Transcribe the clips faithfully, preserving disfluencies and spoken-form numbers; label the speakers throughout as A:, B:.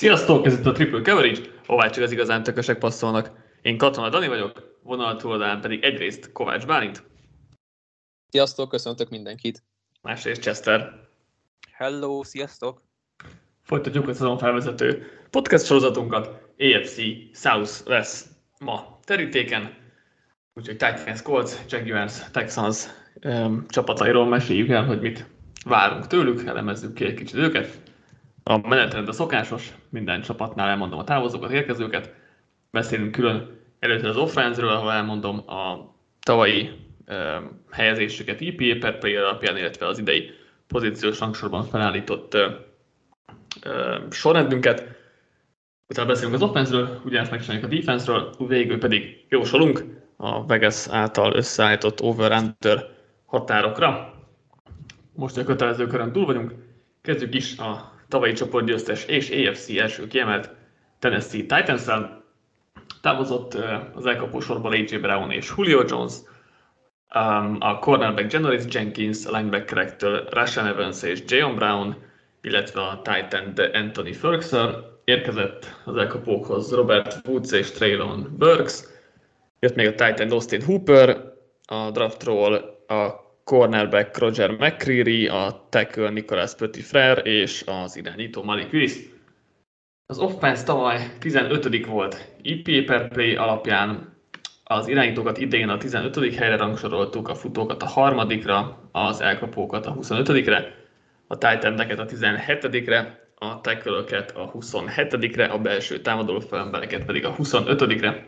A: Sziasztok, ez itt a Triple Coverage, ahová csak az igazán tökösek passzolnak. Én Katona Dani vagyok, vonal túloldalán pedig egyrészt Kovács Bálint.
B: Sziasztok, köszöntök mindenkit.
A: Másrészt Chester.
C: Hello, sziasztok.
A: Folytatjuk a szezon felvezető podcast sorozatunkat. á ef cé South lesz ma terítéken. Úgyhogy Titans, Colts, Jaguars, Texans um, csapatairól meséljük el, hogy mit várunk tőlük, elemezzük ki egy kicsit őket. A menetrend a szokásos, minden csapatnál elmondom a távozókat, érkezőket. Beszélünk külön először az offense-ről, ahol elmondom a tavalyi um, helyezésüket i pé á per play alapján, illetve az idei pozíciós rangsorban felállított uh, uh, sorrendünket. Utána beszélünk az offense-ről, ugyanezt megcsináljuk a defense-ről, végül pedig jósolunk a Vegas által összeállított over-under határokra. Most a kötelező körön túl vagyunk, kezdjük is a tavalyi csoportgyőztes és á ef cé első kiemelt Tennessee Titans-szel. Távozott az elkapó sorból á jé Brown és Julio Jones, a cornerback Janoris Jenkins, a linebackerektől Rashaan Evans és Jayon Brown, illetve a tight end Anthony Ferguson. Érkezett az elkapókhoz Robert Woods és Treylon Burks. Jött még a tight end Austin Hooper, a draftról a cornerback Roger McCreary, a tackle Nicolas Petit-Frere és az irányító Malik Willis. Az offense tavaly tizenötödik volt i pé á per play alapján, az irányítókat idén a tizenötödik helyre rangsoroltuk, a futókat a harmadikra, az elkapókat a huszonötödikre, a tight endeket a tizenhetedikre, a tackle-öket a huszonhetedikre, a belső támadó felembereket pedig a huszonötödikre.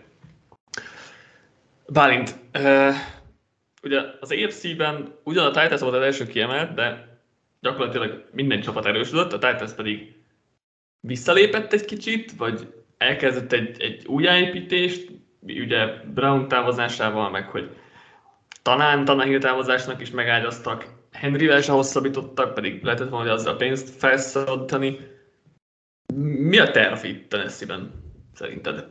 A: Bálint, uh, ugye az á ef cé-ben ugyan a Titans volt az első kiemelt, de gyakorlatilag minden csapat erősödött, a Titans pedig visszalépett egy kicsit, vagy elkezdett egy, egy újjáépítést, ugye Brown távozásával, meg hogy talán Tannehill távozásnak is megágyaztak, Henryvel se hosszabbítottak, pedig lehetett volna, hogy azzal a pénzt felszabadítani. Mi a terv itt Tennessee-ben szerinted?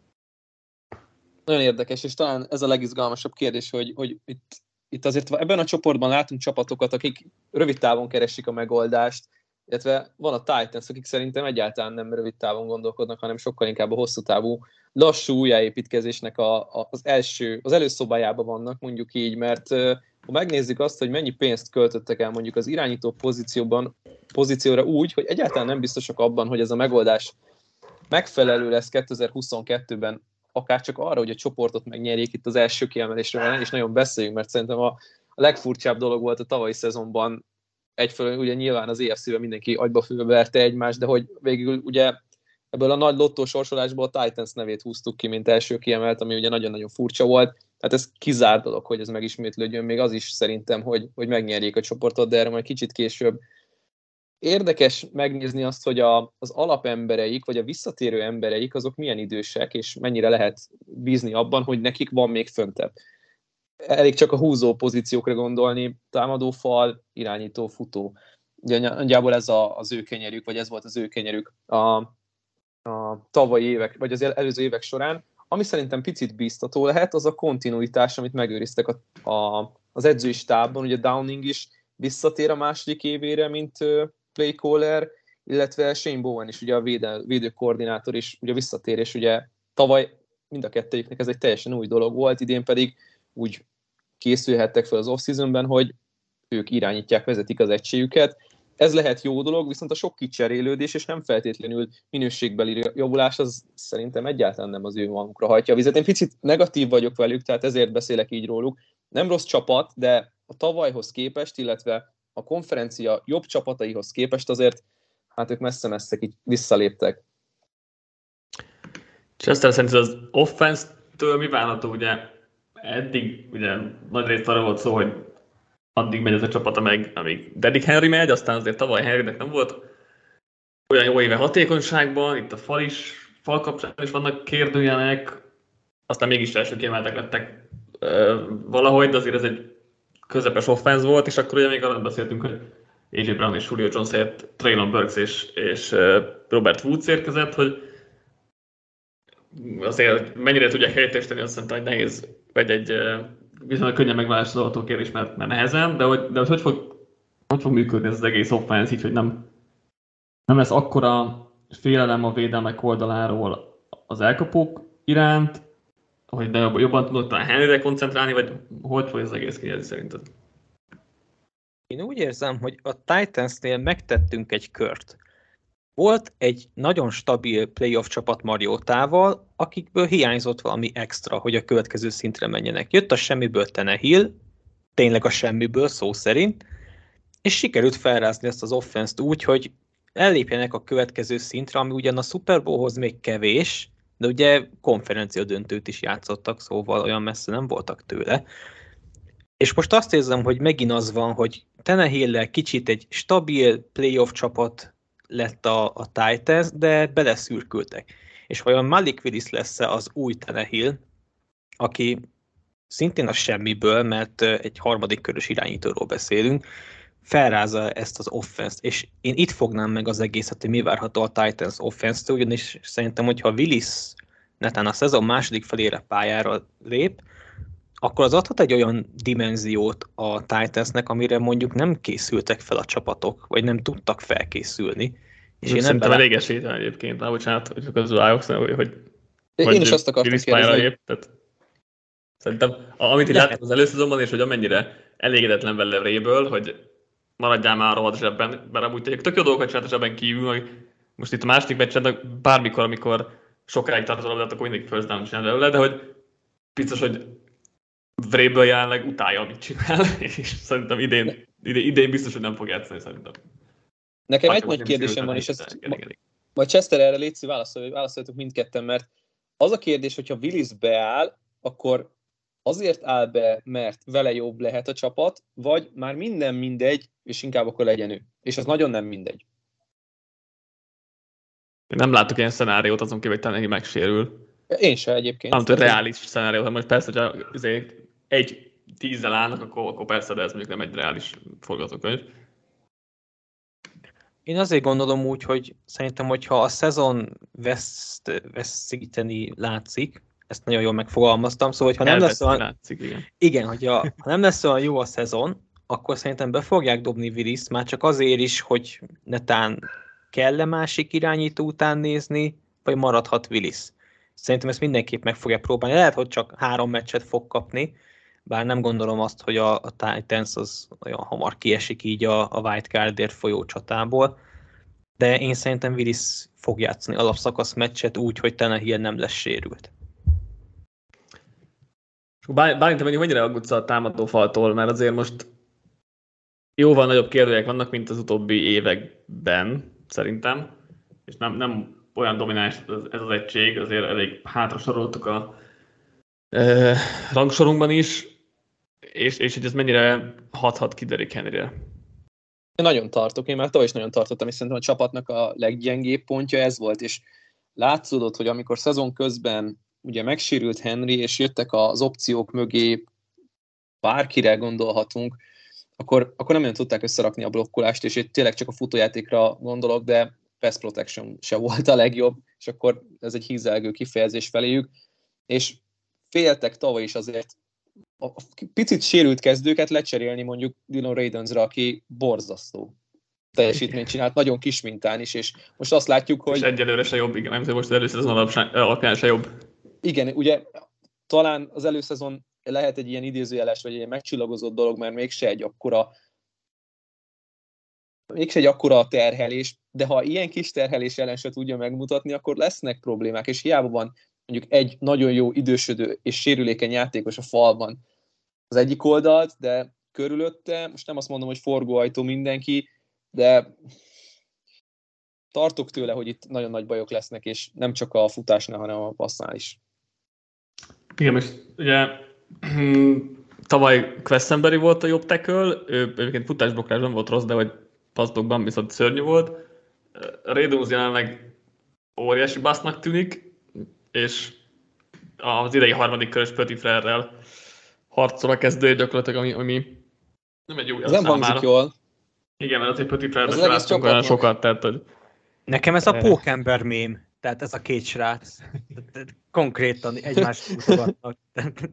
B: Nagyon érdekes, és talán ez a legizgalmasabb kérdés, hogy, hogy itt, itt azért ebben a csoportban látunk csapatokat, akik rövid távon keresik a megoldást, illetve van a Titans, akik szerintem egyáltalán nem rövid távon gondolkodnak, hanem sokkal inkább a hosszú távú, lassú újjáépítkezésnek a, a, az, első, az előszobájában vannak, mondjuk így, mert ha megnézzük azt, hogy mennyi pénzt költöttek el mondjuk az irányító pozícióban, pozícióra úgy, hogy egyáltalán nem biztosak abban, hogy ez a megoldás megfelelő lesz kétezer-huszonkettőben, akár csak arra, hogy a csoportot megnyerjék itt az első kiemelésről, és nagyon beszéljünk, mert szerintem a, a legfurcsább dolog volt a tavalyi szezonban, egyfelől ugye nyilván az á ef cé-ben mindenki agyba főverte egymást, de hogy végül ugye ebből a nagy lottó sorsolásból a Titans nevét húztuk ki, mint első kiemelt, ami ugye nagyon-nagyon furcsa volt. Hát ez kizárt dolog, hogy ez megismétlődjön, még az is szerintem, hogy, hogy megnyerjék a csoportot, de erre majd kicsit később. Érdekes megnézni azt, hogy a, az alapembereik, vagy a visszatérő embereik, azok milyen idősek, és mennyire lehet bízni abban, hogy nekik van még föntebb. Elég csak a húzó pozíciókra gondolni, támadófal, irányító, futó. Ugye nagyjából ez a, az ő kenyerük, vagy ez volt az ő kenyerük a, a tavalyi évek, vagy az előző évek során. Ami szerintem picit bíztató lehet, az a kontinuitás, amit megőriztek a, a, az edzői stábban. Ugye Downing is visszatér a második évére, mint uh, play caller, illetve Shane Bowen is, ugye a véde, védőkoordinátor is ugye visszatér, és ugye tavaly mind a kettőjüknek ez egy teljesen új dolog volt, idén pedig úgy készülhettek fel az off-seasonben, hogy ők irányítják, vezetik az egységüket. Ez lehet jó dolog, viszont a sok kicserélődés, és nem feltétlenül minőségbeli javulás, az szerintem egyáltalán nem az ő magukra hajtja a vizet. Én picit negatív vagyok velük, tehát ezért beszélek így róluk. Nem rossz csapat, de a tavalyhoz képest, illetve a konferencia jobb csapataihoz képest azért, hát ők messze-messze így visszaléptek.
A: És aztán szerintem az offense-től mi várható, ugye eddig ugye nagy részt arra volt szó, hogy addig megy ez a csapat, amíg, amíg Derrick Henry megy, aztán azért tavaly Henrynek nem volt olyan jó éve hatékonyságban, itt a fal is, fal kapcsán is vannak kérdőjelek, aztán mégis első kiemeltek lettek ö, valahogy, de azért ez egy közepes offense volt, és akkor ugye még arra beszéltünk, hogy á jé Brown és Julio Jones helyett Treylon Burks és, és Robert Woods érkezett, hogy azért mennyire tudják helyettesíteni, azt szerintem, hogy nehéz, vagy egy viszonylag könnyen megválaszolható kérdés, mert, mert nehezen, de hogy, de hogy, hogy, fog, hogy fog működni ez az egész offense, így, hogy nem, nem lesz akkora félelem a védelmek oldaláról az elkapók iránt, hogy de jobban tudod talán Henryre koncentrálni, vagy hogy fog ez egész kijelzni szerinted?
C: Én úgy érzem, hogy a Titansnél megtettünk egy kört. Volt egy nagyon stabil playoff csapat Mariotával, akikből hiányzott valami extra, hogy a következő szintre menjenek. Jött a semmiből Tannehill, tényleg a semmiből szó szerint, és sikerült felrázni ezt az offenszt úgy, hogy ellépjenek a következő szintre, ami ugyan a Super Bowlhoz még kevés, de ugye konferencia döntőt is játszottak, szóval olyan messze nem voltak tőle. És most azt érzem, hogy megint az van, hogy Tannehill-lel kicsit egy stabil playoff csapat lett a, a Titans, de beleszürkültek. És vajon Malik Willis lesz-e az új Tannehill, aki szintén a semmiből, mert egy harmadik körös irányítóról beszélünk, felrázza ezt az offense-t, és én itt fognám meg az egészet, hogy mi várható a Titans offense-től, ugyanis szerintem, hogyha Willis netán a szezon második felére pályára lép, akkor az adhat egy olyan dimenziót a Titansnek, amire mondjuk nem készültek fel a csapatok, vagy nem tudtak felkészülni.
A: És én szerintem elég esélytelen egyébként, már bocsánat, hogy közül hogy, hogy
B: én is azt akartam kérdezni.
A: Épp, tehát szerintem, amit így láttam az előszezonban, és hogy amennyire elégedetlen vele Rayből, hogy maradjál már a rohadt zsebben, mert amúgy tök jó dolgokat csinált a zsebben kívül, hogy most itt a második meccsen, bármikor, amikor sokáig tart az labdát, akkor mindig first down csinál belőle, de hogy biztos, hogy Vrabel jelenleg utálja, amit csinál, és szerintem idén, idén, idén biztos, hogy nem fog játszani, szerintem.
B: Nekem egy nagy kérdésem van, és ezt majd Chester erre létszik, válaszol, válaszoljatok mindketten, mert az a kérdés, hogyha Willis beáll, akkor azért áll be, mert vele jobb lehet a csapat, vagy már minden mindegy, és inkább akkor legyen ő. És az nagyon nem mindegy.
A: Én nem látok ilyen szenáriót, azon kívül, hogy Tannehill megsérül.
B: Én se egyébként.
A: Nem tudom, reális szenárió, most persze, hogyha egy tízzel állnak, akkor, akkor persze, de ez mondjuk nem egy reális forgatókönyv.
C: Én azért gondolom úgy, hogy szerintem, hogyha a szezon veszt, veszíteni látszik, ezt nagyon jól megfogalmaztam, szóval, hogyha nem lesz olyan...
A: Látszik, igen.
C: Igen, hogyha ha nem lesz olyan jó a szezon, akkor szerintem be fogják dobni Willis, már csak azért is, hogy netán kell-e másik irányító után nézni, vagy maradhat Willis. Szerintem ezt mindenképp meg fogja próbálni. Lehet, hogy csak három meccset fog kapni, bár nem gondolom azt, hogy a, a Titans az olyan hamar kiesik így a, a wildcardért folyó csatából, de én szerintem Willis fog játszani alapszakasz meccset úgy, hogy Tannehill nem lesz sérült.
A: Bálint, hogy mennyire aggódsz a támadófaltól, mert azért most jóval nagyobb kérdőjek vannak, mint az utóbbi években, szerintem, és nem, nem olyan domináns ez az egység, azért elég hátra soroltuk a e, rangsorunkban is, és, és hogy ez mennyire hathat ki Derrick Henryre.
B: Én nagyon tartok, én már tavaly is nagyon tartottam, és szerintem a csapatnak a leggyengébb pontja ez volt, és látszódott, hogy amikor szezon közben ugye megsérült Henry, és jöttek az opciók mögé, bárkire gondolhatunk, akkor, akkor nem nagyon tudták összerakni a blokkolást, és itt tényleg csak a futójátékra gondolok, de pass protection se volt a legjobb, és akkor ez egy hízelgő kifejezés feléjük, és féltek tavaly is azért a picit sérült kezdőket lecserélni mondjuk Dylan Radunzra, aki borzasztó teljesítményt csinált, nagyon kis mintán is, és most azt látjuk, hogy...
A: És egyelőre se jobb, igen, nem tudom, most az előszezon alapján se jobb.
B: Igen, ugye talán az előszezon lehet egy ilyen idézőjeles, vagy egy ilyen megcsillagozott dolog, mert mégse egy akkora mégse egy akkora terhelés, de ha ilyen kis terhelés ellen se tudja megmutatni, akkor lesznek problémák, és hiába van mondjuk egy nagyon jó idősödő és sérülékeny játékos a falban az egyik oldalt, de körülötte, most nem azt mondom, hogy forgóajtó mindenki, de tartok tőle, hogy itt nagyon nagy bajok lesznek, és nem csak a futásnál, hanem a passznál is.
A: Igen, és ugye tavaly Questenberry volt a jobb tackle, ő egyébként futásblokkásban volt rossz, de hogy passzblokkban viszont szörnyű volt. Radunz jelenleg óriási basznak tűnik, és az idei harmadik körös Petit Frere-rel harcol a kezdő gyakorlatilag, ami, ami nem egy jó
B: ez nem hangzik jól.
A: Igen, mert azért Petit Frere-ben se láttunk olyan sokat, tehát hogy...
C: Nekem ez a pókember mém, tehát ez a két srác. Konkrétan egymást mutogatnak.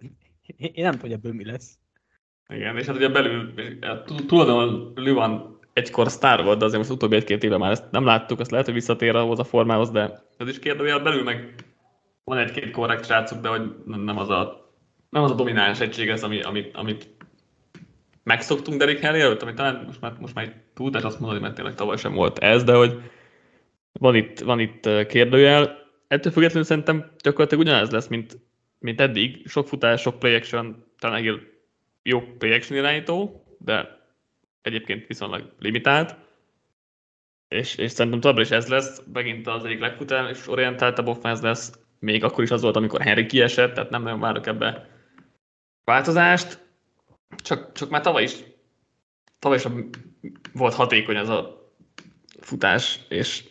C: Én nem tudom, hogy ebből mi lesz.
A: Igen, és hát ugye belül tulajdonképpen Luvan egykor sztár volt, de azért most az utóbbi egy-két éve már ezt nem láttuk, azt lehet, hogy visszatér ahhoz a formához, de ez is kérdőjel belül meg van egy-két korrekt srácuk, de hogy nem az a, nem az a domináns egység ez, ami, amit, amit megszoktunk Derrick Henry előtt, ami talán most már, most már egy túltás azt mondani, mert tényleg tavaly sem volt ez, de hogy van itt, van itt kérdőjel. Ettől függetlenül szerintem gyakorlatilag ugyanaz lesz, mint, mint eddig. Sok futás, sok play action, talán egy jó play action irányító, de egyébként viszonylag limitált. És, és szerintem továbbra is ez lesz, megint az egyik legfutás és orientáltabb offense lesz, még akkor is az volt, amikor Henry kiesett, tehát nem nagyon várok ebbe változást. Csak, csak már tavaly is, tavaly is volt hatékony ez a futás, és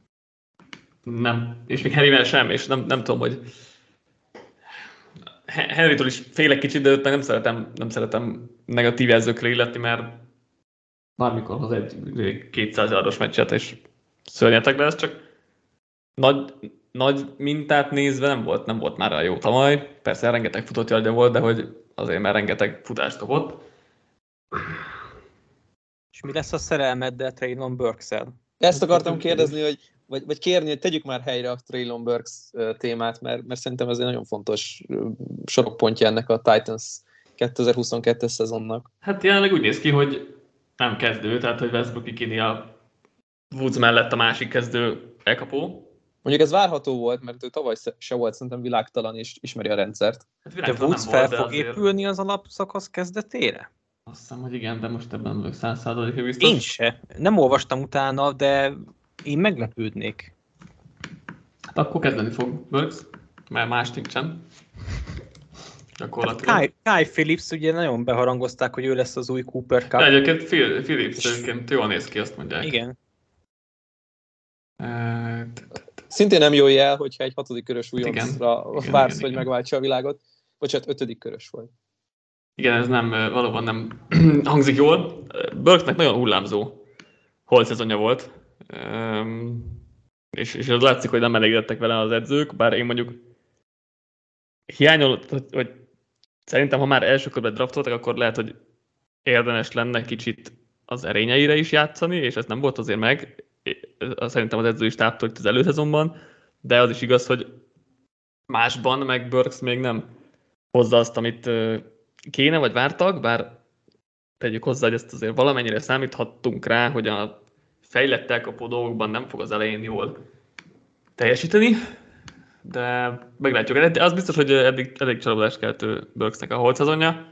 A: nem, és még Henryvel sem, és nem, nem tudom, hogy Henrytől is félek kicsit, de nem szeretem, nem szeretem negatív jelzőkre illetni, mert bármikor hoz egy kétszáz yardos meccset, és szörnyetek lesz, csak nagy, nagy mintát nézve nem volt, nem volt már a jó tavaly. Persze rengeteg futott yardja volt, de hogy azért már rengeteg futást kapott.
C: És mi lesz a szerelmeddel Treylon Burks-el?
B: Ezt akartam kérdezni, hogy, vagy, vagy kérni, hogy tegyük már helyre a Treylon Burks témát, mert, mert szerintem ez egy nagyon fontos sorokpontja ennek a Titans kétezer-huszonkettes szezonnak.
A: Hát jelenleg úgy néz ki, hogy nem kezdő, tehát hogy Westbrook Ikini a Woods mellett a másik kezdő elkapó.
B: Mondjuk ez várható volt, mert ő tavaly se volt szerintem világtalan, és ismeri a rendszert.
A: Hát
C: de Woods fel volt, fog azért... épülni az alapszakasz kezdetére?
A: Azt hiszem, hogy igen, de most ebben nem vagyok száz százalékig biztos.
C: Én se. Nem olvastam utána, de én meglepődnék.
A: Hát akkor kezdeni fog Burks, mert más nincsen.
C: Hát Kai, Kai Phillips ugye nagyon beharangozták, hogy ő lesz az új Cooper Cup.
A: De egyébként Phil, Phillips egyébként jól néz ki, azt mondják.
C: Igen.
B: Szintén nem jó jel, hogyha egy hatodik körös újoncra vársz, igen, hogy igen. megváltsa a világot. Bocsánat, ötödik körös volt.
A: Igen, ez nem, valóban nem hangzik jól. Burksnek nagyon hullámzó holt szezonja volt. És, és az látszik, hogy nem elégedettek vele az edzők, bár én mondjuk hiányol, hogy szerintem, ha már első körben draftoltak, akkor lehet, hogy érdemes lenne kicsit az erényeire is játszani, és ez nem volt azért meg. Szerintem az edző is táptól itt az előszezonban, de az is igaz, hogy másban meg Burks még nem hozza azt, amit kéne, vagy vártak, bár tegyük hozzá, hogy ezt azért valamennyire számíthattunk rá, hogy a fejlett elkapó dolgokban nem fog az elején jól teljesíteni, de meglátjuk. Az biztos, hogy eddig elég csalódást keltő Burksnek a holt szezonja.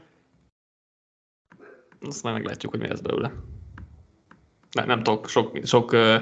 A: Azt már meglátjuk, hogy mi lesz belőle. Nem, nem tudok sok, sok uh,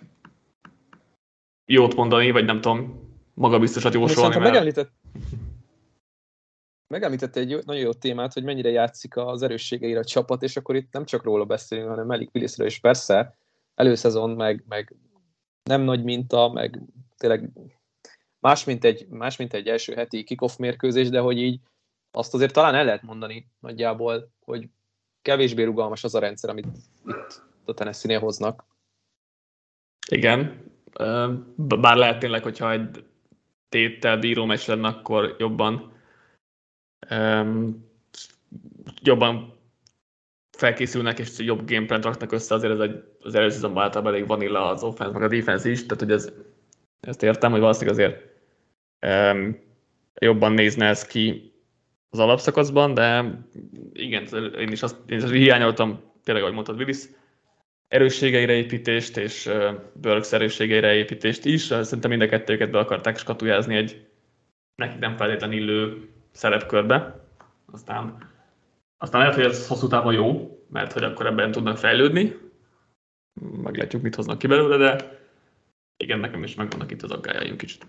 A: jót mondani, vagy nem tudom, magabiztosat jósolni.
B: Mert... Megemlített, megemlítette egy jó, nagyon jó témát, hogy mennyire játszik az erősségeire a csapat, és akkor itt nem csak róla beszélünk, hanem Malik Willisről is persze. Előszezon, meg, meg nem nagy minta, meg tényleg más mint, egy, más, mint egy első heti kick-off mérkőzés, de hogy így azt azért talán el lehet mondani nagyjából, hogy kevésbé rugalmas az a rendszer, amit itt a Tennessee-nél hoznak.
A: Igen, bár lehet tényleg, hogyha egy téttel bíró meccs lenne, akkor jobban um, jobban felkészülnek, és jobb gameplant raknak össze, azért ez egy, az előző szezonban általában elég vanilla az offense, meg a defense is, tehát hogy ez, ezt értem, hogy valószínűleg azért um, jobban nézne ez ki az alapszakaszban, de igen, én is azt, én is azt hiányoltam, tényleg, ahogy mondtad, Willis erősségeire építést, és uh, Burks erősségeire építést is. Szerintem mind a kettőket be akarták skatujázni egy nekik nem feltétlenül illő szerepkörbe. Aztán, aztán lehet, hogy ez hosszú távon jó, mert hogy akkor ebben tudnak fejlődni. Meglátjuk, mit hoznak ki belőle, de igen, nekem is megvannak itt az aggájaim kicsit.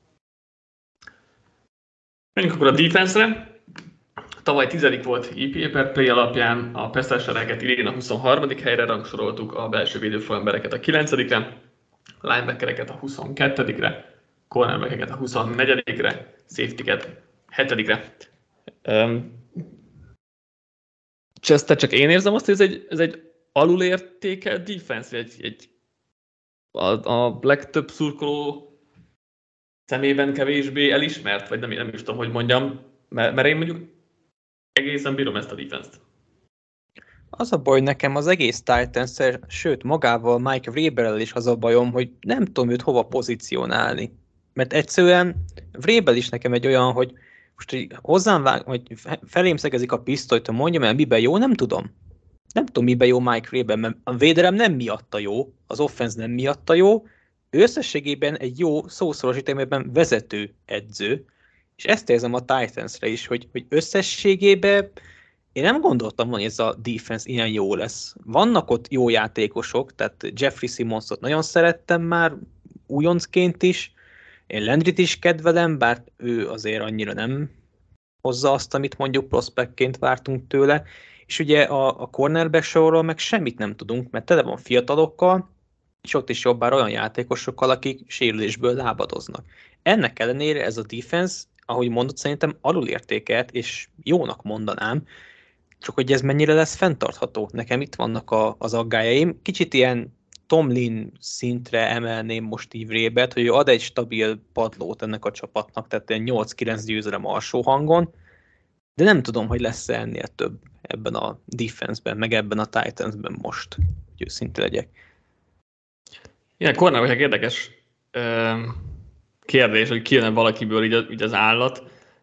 A: Menjünk akkor a defense-re. Tavaly tizedik volt i pé á per play alapján, a pass-rushereket idén a huszonharmadik helyre rangsoroltuk, a belső védőfalembereket a kilencedikre, linebackereket a huszonkettedikre, cornerbackeket a huszonnegyedikre, safety-ket hetedikre. Um, Chester, csak én érzem azt, hogy ez egy, ez egy alulértékelt defense, egy, egy a, a legtöbb szurkoló szemében kevésbé elismert, vagy nem, nem is tudom, hogy mondjam, mert, mert én mondjuk egészen bírom ezt a defense-t.
C: Az a baj nekem az egész titans sőt magával Mike Vrabellel is az a bajom, hogy nem tudom őt hova pozícionálni. Mert egyszerűen Vrabel is nekem egy olyan, hogy most így hozzám vág, vagy felém szegezik a pisztolyt, hogy mondjam el, miben jó, nem tudom. Nem tudom, miben jó Mike Vrabel, mert a védelem nem miatta jó, az offense nem miatta jó, ő összességében egy jó, szószoros értelmében vezető edző, és ezt érzem a Titansre is, hogy, hogy összességében én nem gondoltam, hogy ez a defense ilyen jó lesz. Vannak ott jó játékosok, tehát Jeffrey Simmonsot nagyon szerettem már, újoncként is, én Landryt is kedvelem, bár ő azért annyira nem hozza azt, amit mondjuk prospectként vártunk tőle, és ugye a, a cornerback sorról meg semmit nem tudunk, mert tele van fiatalokkal, és ott is jobbára olyan játékosokkal, akik sérülésből lábadoznak. Ennek ellenére ez a defense, ahogy mondott, szerintem alulértékelt, és jónak mondanám, csak hogy ez mennyire lesz fenntartható. Nekem itt vannak a, az aggájaim. Kicsit ilyen Tomlin szintre emelném most így Vrabelt, hogy ő ad egy stabil padlót ennek a csapatnak, tehát ilyen nyolc-kilenc győzelem alsó hangon, de nem tudom, hogy lesz ennél több ebben a defense-ben, meg ebben a Titansben most, hogy őszinte legyek.
A: Ilyen cornerback érdekes kérdés, hogy kijön valakiből így, így az állat.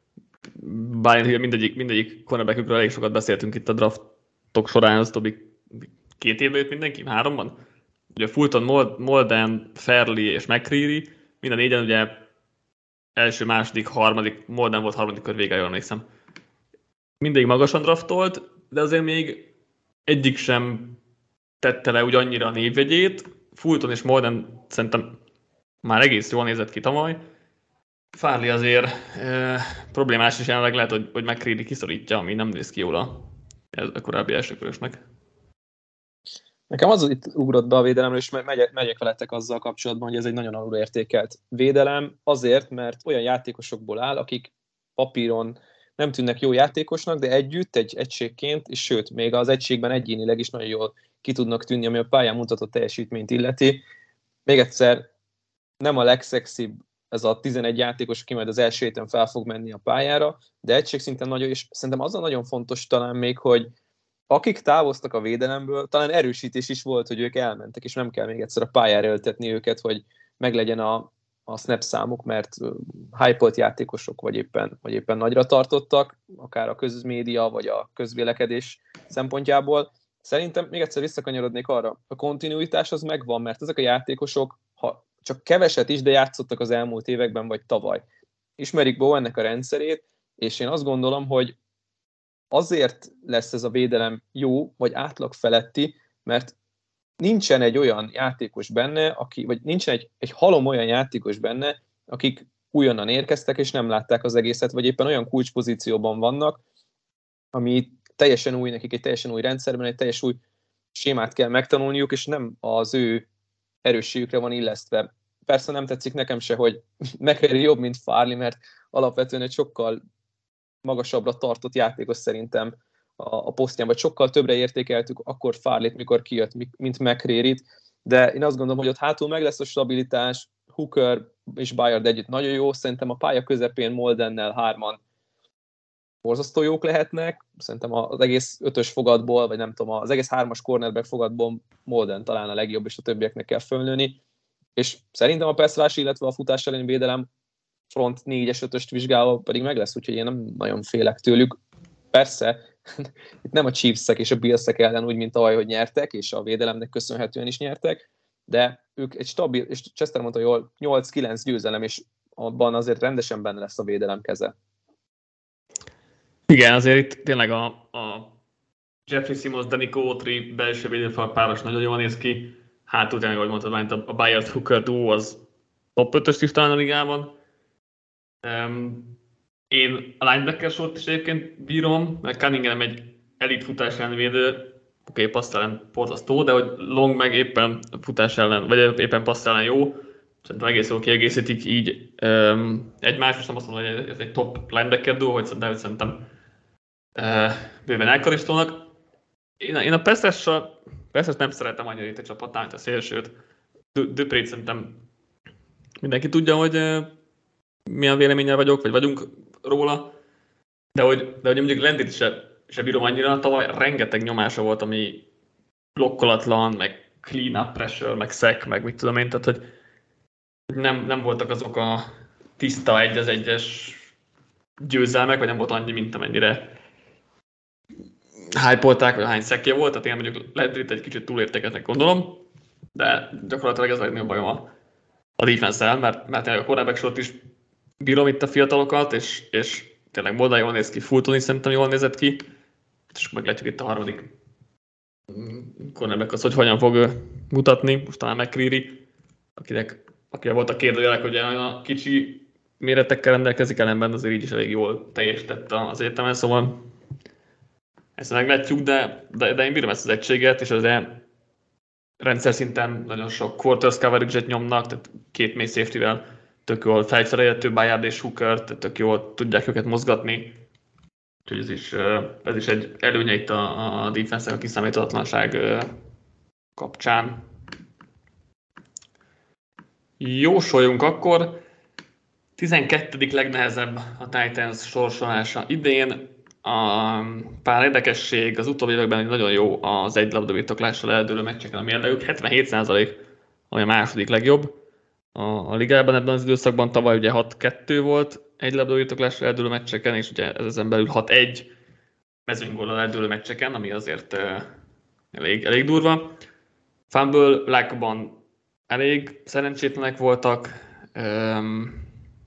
A: Bár mindegyik, mindegyik cornerbackükről elég sokat beszéltünk itt a draftok során, az többi két évben jött mindenki, háromban. Ugye Fulton, Molden, Fairley és McCreary, mind a négyen ugye első, második, harmadik, Molden volt harmadik kör vége, jól emlékszem. Mindig magasan draftolt, de azért még egyik sem tette le úgy annyira a névjegyét. Fulton és Molden szerintem már egész jól nézett ki tavaly. Farley azért e, problémás, és jelenleg lehet, hogy, hogy McCreary kiszorítja, ami nem néz ki jól a, a korábbi elsőkörösnek.
B: Nekem az itt ugrott be a védelemről, és megyek, megyek veletek azzal kapcsolatban, hogy ez egy nagyon alulértékelt védelem, azért, mert olyan játékosokból áll, akik papíron nem tűnnek jó játékosnak, de együtt, egy egységként, és sőt, még az egységben egyénileg is nagyon jól ki tudnak tűnni, ami a pályán mutatott teljesítményt illeti. Még egyszer, nem a legszexibb ez a tizenegy játékos, aki majd az első héten fel fog menni a pályára, de egység nagyon, és szerintem az a nagyon fontos talán még, hogy akik távoztak a védelemből, talán erősítés is volt, hogy ők elmentek, és nem kell még egyszer a pályára öltetni őket, hogy meglegyen a, a snap számuk, mert hype-olt játékosok, vagy éppen, vagy éppen nagyra tartottak, akár a közmédia, vagy a közvélekedés szempontjából. Szerintem még egyszer visszakanyarodnék arra, a kontinuitás az megvan, mert ezek a játékosok, ha csak keveset is, de játszottak az elmúlt években, vagy tavaly. Ismerik Bowennek a rendszerét, és én azt gondolom, hogy azért lesz ez a védelem jó, vagy átlag feletti, mert nincsen egy olyan játékos benne, aki, vagy nincsen egy, egy halom olyan játékos benne, akik újonnan érkeztek, és nem látták az egészet, vagy éppen olyan kulcspozícióban vannak, ami teljesen új, nekik egy teljesen új rendszerben, egy teljesen új sémát kell megtanulniuk, és nem az ő erősségükre van illesztve. Persze nem tetszik nekem se, hogy McCreary jobb, mint Farley, mert alapvetően egy sokkal magasabbra tartott játékos szerintem a, a posztján, vagy sokkal többre értékeltük akkor Farleyt, mikor kijött, mint McCreary-t, de én azt gondolom, hogy ott hátul meg lesz a stabilitás, Hooker és Byard együtt nagyon jó, szerintem a pálya közepén Moldennel hárman borzasztó jók lehetnek, szerintem az egész ötös fogadból, vagy nem tudom, az egész hármas cornerback fogadból Molden talán a legjobb, és a többieknek kell fölnőni, és szerintem a pass, illetve a futás elleni védelem front négyes, ötöst vizsgálva pedig meg lesz, úgyhogy én nem nagyon félek tőlük. Persze, itt nem a Chiefs-ek és a Bills-ek ellen úgy, mint tavaly, hogy nyertek, és a védelemnek köszönhetően is nyertek, de ők egy stabil, és Chester mondta jól, nyolc-kilenc győzelem, és abban azért rendesen benne lesz a védelem keze.
A: Igen, azért itt tényleg a, a Jeffrey Simmons, Danico Autry belső védőfal páros nagyon jól néz ki. Hát utána, ahogy mondtad, a Byard Hooker duo az top ötös is talán a ligában. Um, én a linebacker sort is egyébként bírom, mert Cunningham egy elit futás ellen védő, oké, okay, passz ellen borzasztó, de hogy Long meg éppen futás ellen, vagy éppen passz ellen jó, szerintem egész jól kiegészítik így um, egymást, és nem azt mondom, hogy ez egy top linebacker duo, hogy szerintem, szerintem uh, bőven elkaristónak. Én, én a Pesztessel, Pesztess nem szeretem annyira itt a csapatát, a szélsőt. Duprét szerintem mindenki tudja, hogy uh, milyen véleménnyel vagyok, vagy vagyunk róla, de hogy, de hogy mondjuk Landryt se se bírom annyira, tavaly rengeteg nyomása volt, ami blokkolatlan, meg clean up pressure, meg sack, meg mit tudom én, tehát hogy nem, nem voltak azok a tiszta egy az egyes győzelmek, vagy nem volt annyi, mint amennyire hype-olták, vagy hány szekje volt, tehát én mondjuk lehet itt egy kicsit túlértékeznek gondolom, de gyakorlatilag ez a legnagyobb bajom a, a defense-el, mert, mert a quarterback sorot is bírom itt a fiatalokat, és, és tényleg Moda jól néz ki, Fulton is szerintem jól nézett ki, és meglátjuk itt a harmadik cornerback az, hogy hogyan fog mutatni, most talán McCreary, akinek, akinek volt a kérdőjelek, hogy a kicsi méretekkel rendelkezik, ellenben azért így is elég jól teljesített az egyetemen, szóval ezt meglátjuk, de, de, de én bírom ezt az egységet, és azért rendszer szinten nagyon sok quarters coverage-et nyomnak, tehát két mély safety-vel tök jól felszerelhető Bayard és Hooker, tehát tök jól tudják őket mozgatni. Úgyhogy ez is, ez is egy előnye itt a, a defense-nek a kiszámíthatatlanság kapcsán. Jósoljunk akkor. tizenkettedik legnehezebb a Titans sorsolása idén. A pár érdekesség az utóbbi években nagyon jó az egy labdabirtoklással eldőlő meccseken a mérlegük. hetvenhét százalék, ami a második legjobb a, a ligában ebben az időszakban. Tavaly ugye hat kettő volt egy labdabirtoklással eldőlő meccseken, és ugye ezen belül hat egy mezőnygóllal eldőlő meccseken, ami azért uh, elég, elég durva. Fumble lákban elég szerencsétlenek voltak. Um,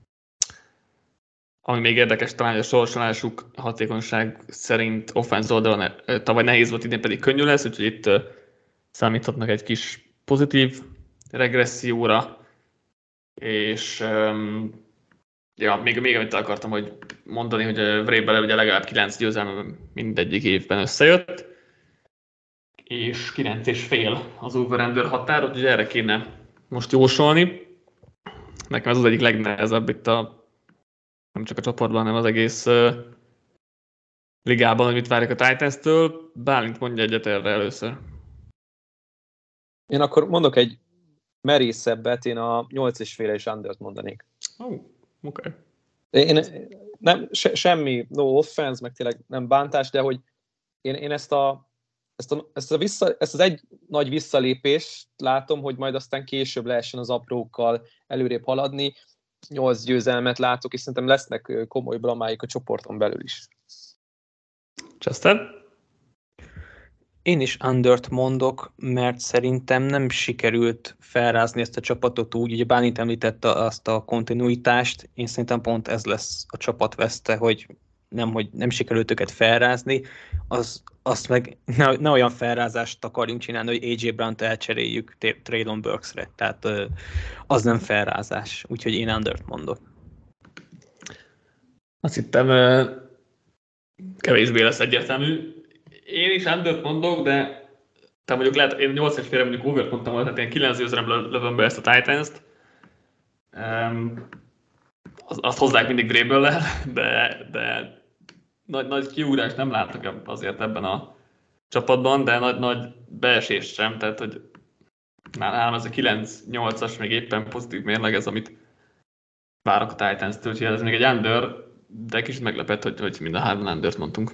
A: Ami még érdekes, talán a sorsolásuk hatékonyság szerint offense oldalon tavaly nehéz volt, idén pedig könnyű lesz, úgyhogy itt számíthatnak egy kis pozitív regresszióra. És um, ja, még, még amit akartam hogy mondani, hogy Vrabel ugye legalább kilenc győzelme mindegyik évben összejött, és kilenc és fél az over-under határ, úgyhogy erre kéne most jósolni. Nekem ez az egyik legnehezebb itt a nem csak a csoportban, hanem az egész uh, ligában, hogy mit várjuk a Titans-től. Bálint mondja egyet erre először.
B: Én akkor mondok egy merészebbet, én a nyolc és fél és undert mondanék.
A: Oh, oké.
B: Okay. Én nem, se, semmi no offense, meg tényleg nem bántás, de hogy én, én ezt a Ezt, a, ezt, a vissza, ezt az egy nagy visszalépést látom, hogy majd aztán később lehessen az aprókkal előrébb haladni. Nyolc győzelmet látok, és szerintem lesznek komoly blamáik a csoporton belül is.
A: Chester?
C: Én is undert mondok, mert szerintem nem sikerült felrázni ezt a csapatot úgy, ugye Bálint említette azt a kontinuitást, én szerintem pont ez lesz a csapat veszte, hogy nem, hogy nem sikerült őket felrázni, az, azt meg ne, ne olyan felrázást akarjunk csinálni, hogy á jé Brown-t elcseréljük Traylon Burks-re, tehát az nem felrázás, úgyhogy én undert mondok.
A: Azt hittem, kevésbé lesz egyértelmű. Én is undert mondok, de te mondjuk lehet, én nyolc és félre mondjuk overt mondtam volna, tehát én kilenc győzelem lövöm be ezt a Titans-t. Um, azt hozzák mindig Vrabellel, de, de nagy, nagy kiugrás nem látok azért ebben a csapatban, de nagy, nagy beesést sem, tehát hogy nálam ez a kilenc nyolcas még éppen pozitív mérleg ez, amit várok a Titans-től, úgyhogy ez még egy under, de kicsit meglepett, hogy, hogy mind a három undert mondtunk.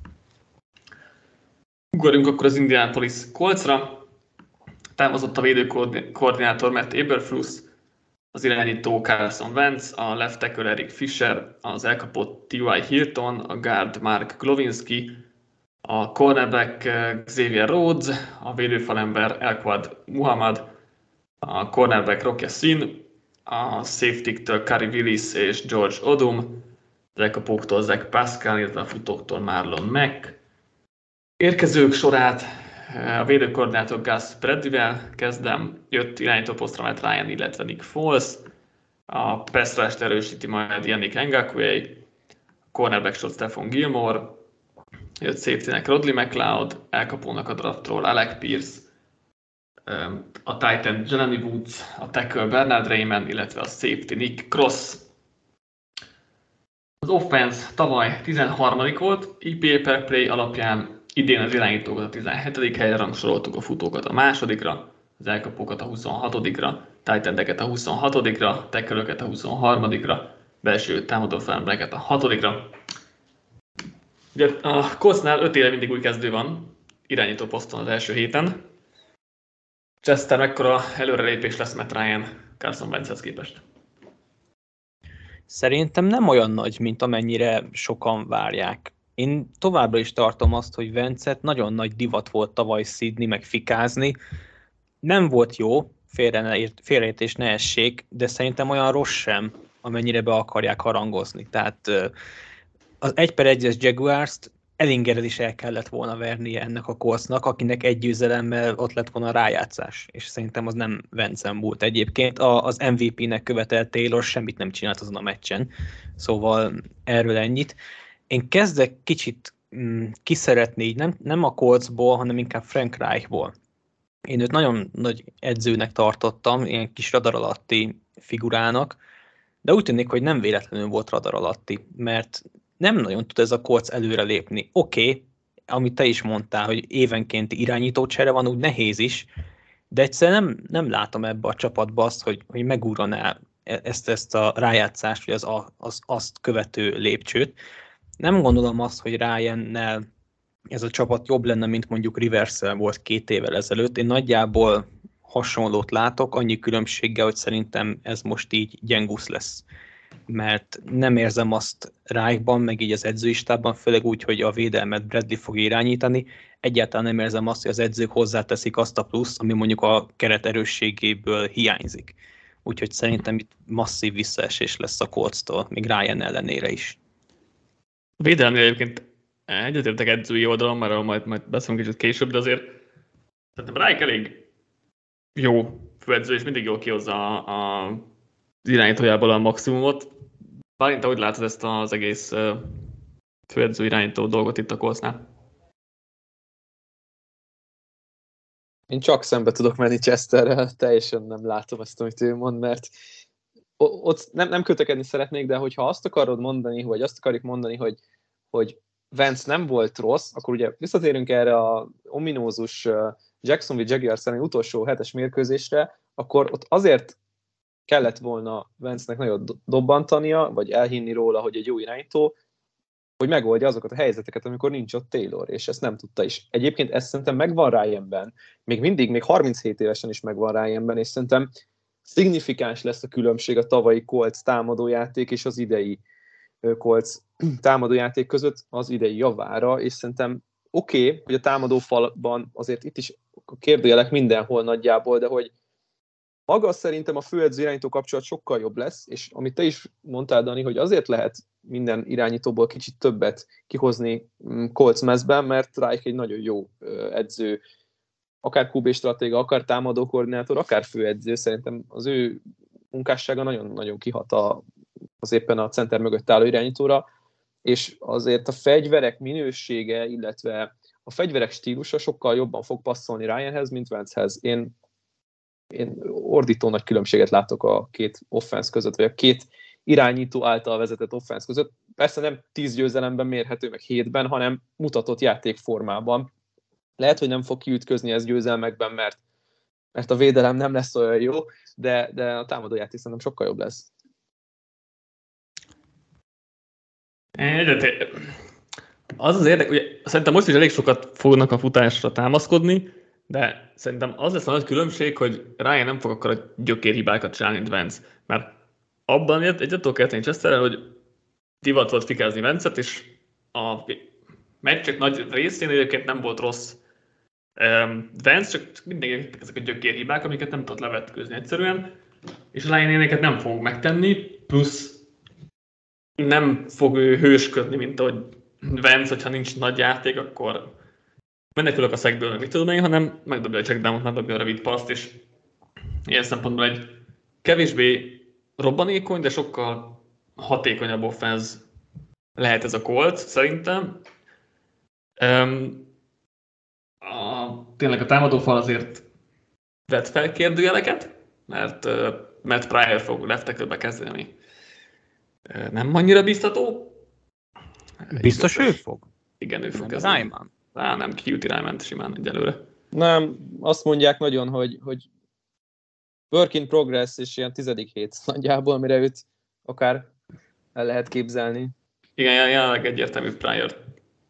A: Ugorjunk akkor az Indianapolis Coltsra. Támazott a védőkoordinátor Matt Eberflus, az irányító Carson Wentz, a left tackle Eric Fisher, az elkapott té i Hilton, a guard Mark Glowinski, a cornerback Xavier Rhodes, a védőfalember Elquad Muhammad, a cornerback Rocky Sin, a safety-től Kari Willis és George Odum, az elkapóktól Zach Pascal, illetve a futóktól Marlon Mack. Érkezők sorát a védőkoordinátor Gus Bradley-vel kezdem, jött irányító posztra Matt Ryan, illetve Nick Foles, a pass rush-t erősíti majd Yannick Ngakoue, a cornerback sor Stephon Gilmore, jött safety-nek Rodley McLeod, elkapónak a draftról Alec Pierce, a Titan Jelani Woods, a tackle Bernard Raymond, illetve a safety Nick Cross. Az offense tavaly tizenharmadik volt, i pé per play alapján, idén az irányítókat a tizenhetedik helyre rangsoroltuk, a futókat a másodikra, az elkapókat a huszonhatodikra, tight endeket a huszonhatodikra, tackle-öket a huszonharmadikra, belső támadó felembereket a hatodikra. Ugye a Coltsnál öt éve mindig új kezdő van, irányító poszton az első héten. Chester mekkora előrelépés lesz Matt Ryan Carson Wentzhez képest?
C: Szerintem nem olyan nagy, mint amennyire sokan várják. Én továbbra is tartom azt, hogy Wentzet nagyon nagy divat volt tavaly szidni, meg fikázni. Nem volt jó, félreértés ne essék, de szerintem olyan rossz sem, amennyire be akarják harangozni. Tehát az egy per egyes Jaguars-t Ellingeret is el kellett volna vernie ennek a Coltsnak, akinek egy győzelemmel ott lett volna a rájátszás, és szerintem az nem Wentzen volt egyébként. Az em vé pé-nek követelt Taylor semmit nem csinált azon a meccsen, szóval erről ennyit. Én kezdek kicsit mm, kiszeretni így, nem, nem a Coltsból, hanem inkább Frank Reichból. Én őt nagyon nagy edzőnek tartottam, ilyen kis radar alatti figurának, de úgy tűnik, hogy nem véletlenül volt radar alatti, mert nem nagyon tud ez a Colts előrelépni. Oké, okay, amit te is mondtál, hogy évenkénti irányítócsere van, úgy nehéz is, de egyszerűen nem, nem látom ebbe a csapatba azt, hogy, hogy megúraná ezt, ezt a rájátszást, vagy az, az, azt követő lépcsőt. Nem gondolom azt, hogy Ryannel ez a csapat jobb lenne, mint mondjuk Rivers-el volt két évvel ezelőtt. Én nagyjából hasonlót látok, annyi különbséggel, hogy szerintem ez most így gyengusz lesz. Mert nem érzem azt Reichban, meg így az edzőistában, főleg úgy, hogy a védelmet Bradley fog irányítani. Egyáltalán nem érzem azt, hogy az edzők hozzáteszik azt a plusz, ami mondjuk a keret erősségéből hiányzik. Úgyhogy szerintem itt masszív visszaesés lesz a Coltstól, még Ryan ellenére is.
A: A védelemnél egyébként egyetértek edzői oldalon, mert majd, majd beszélünk kicsit később, de azért szerintem Reich elég jó főedző, és mindig jól kihozza a, a irányítójából a maximumot. Bálint, ahogy látod ezt az egész főedző irányító dolgot itt a Coltsnál?
B: Én csak szembe tudok menni Chesterrel, teljesen nem látom ezt, amit ő mond, mert ott nem, nem kötekedni szeretnék, de hogyha azt akarod mondani, vagy azt akarjuk mondani, hogy, hogy Wentz nem volt rossz, akkor ugye visszatérünk erre a ominózus Jacksonville Jaguars elleni utolsó hetes mérkőzésre, akkor ott azért kellett volna Wentznek nagyon dobbantania, vagy elhinni róla, hogy egy jó irányító, hogy megoldja azokat a helyzeteket, amikor nincs ott Taylor, és ezt nem tudta is. Egyébként ezt szerintem megvan Ryanben, még mindig, még harminchét évesen is megvan Ryanben, és szerintem szignifikáns lesz a különbség a tavalyi Colts támadójáték és az idei Colts támadójáték között az idei javára, és szerintem oké, okay, hogy a támadófalban azért itt is a kérdőjelek mindenhol nagyjából, de hogy maga szerintem a főedző irányító kapcsolat sokkal jobb lesz, és amit te is mondtál, Dani, hogy azért lehet minden irányítóból kicsit többet kihozni Colts mezben, mert Reich egy nagyon jó edző, akár kú bé stratéga, akár támadó koordinátor, akár főedző, szerintem az ő munkássága nagyon-nagyon kihat a, az éppen a center mögött álló irányítóra, és azért a fegyverek minősége, illetve a fegyverek stílusa sokkal jobban fog passzolni Ryanhez, mint Wentzhez. Én Én ordító nagy különbséget látok a két offense között, vagy a két irányító által vezetett offense között. Persze nem tíz győzelemben mérhető, meg hétben, hanem mutatott játékformában. Lehet, hogy nem fog kiütközni ez győzelmekben, mert, mert a védelem nem lesz olyan jó, de, de a támadójáték szerintem sokkal jobb lesz.
A: Egyet, az az érdek, ugye szerintem most is elég sokat fognak a futásra támaszkodni, de szerintem az lesz a nagy különbség, hogy Ryan nem fog akkor a gyökérhibákat csinálni, mint Wentz. Mert abban egyet tudok érteni Chesterrel, hogy divat volt fikázni Wentzet, és a meccsek nagy részén egyébként nem volt rossz um, Wentz, csak mindig ezek a gyökérhibák, amiket nem tudott levetkőzni egyszerűen, és Ryan éneket nem fog megtenni, plusz nem fog ő hősködni, mint ahogy Wentz, hogyha nincs nagy játék, akkor menekülök a szekből, meg mit tudom én, hanem megdobja a checkdown-ot, megdobja a rövid paszt, és ilyen szempontból egy kevésbé robbanékony, de sokkal hatékonyabb offense lehet ez a Colts, szerintem. Um, a, tényleg a támadófal azért vett fel kérdőjeleket, mert uh, Matt Pryor fog left tackle-be kezdeni, ami uh, nem annyira biztató.
C: Biztos ő fog?
A: Igen, ő fog
C: nem
A: kezdeni.
C: Ryman.
A: Á, nem, Q T Ryman simán egyelőre.
B: Nem, azt mondják nagyon, hogy, hogy work in progress, és ilyen tizedik hét nagyjából, mire őt akár el lehet képzelni.
A: Igen, jelenleg egyértelmű Pryor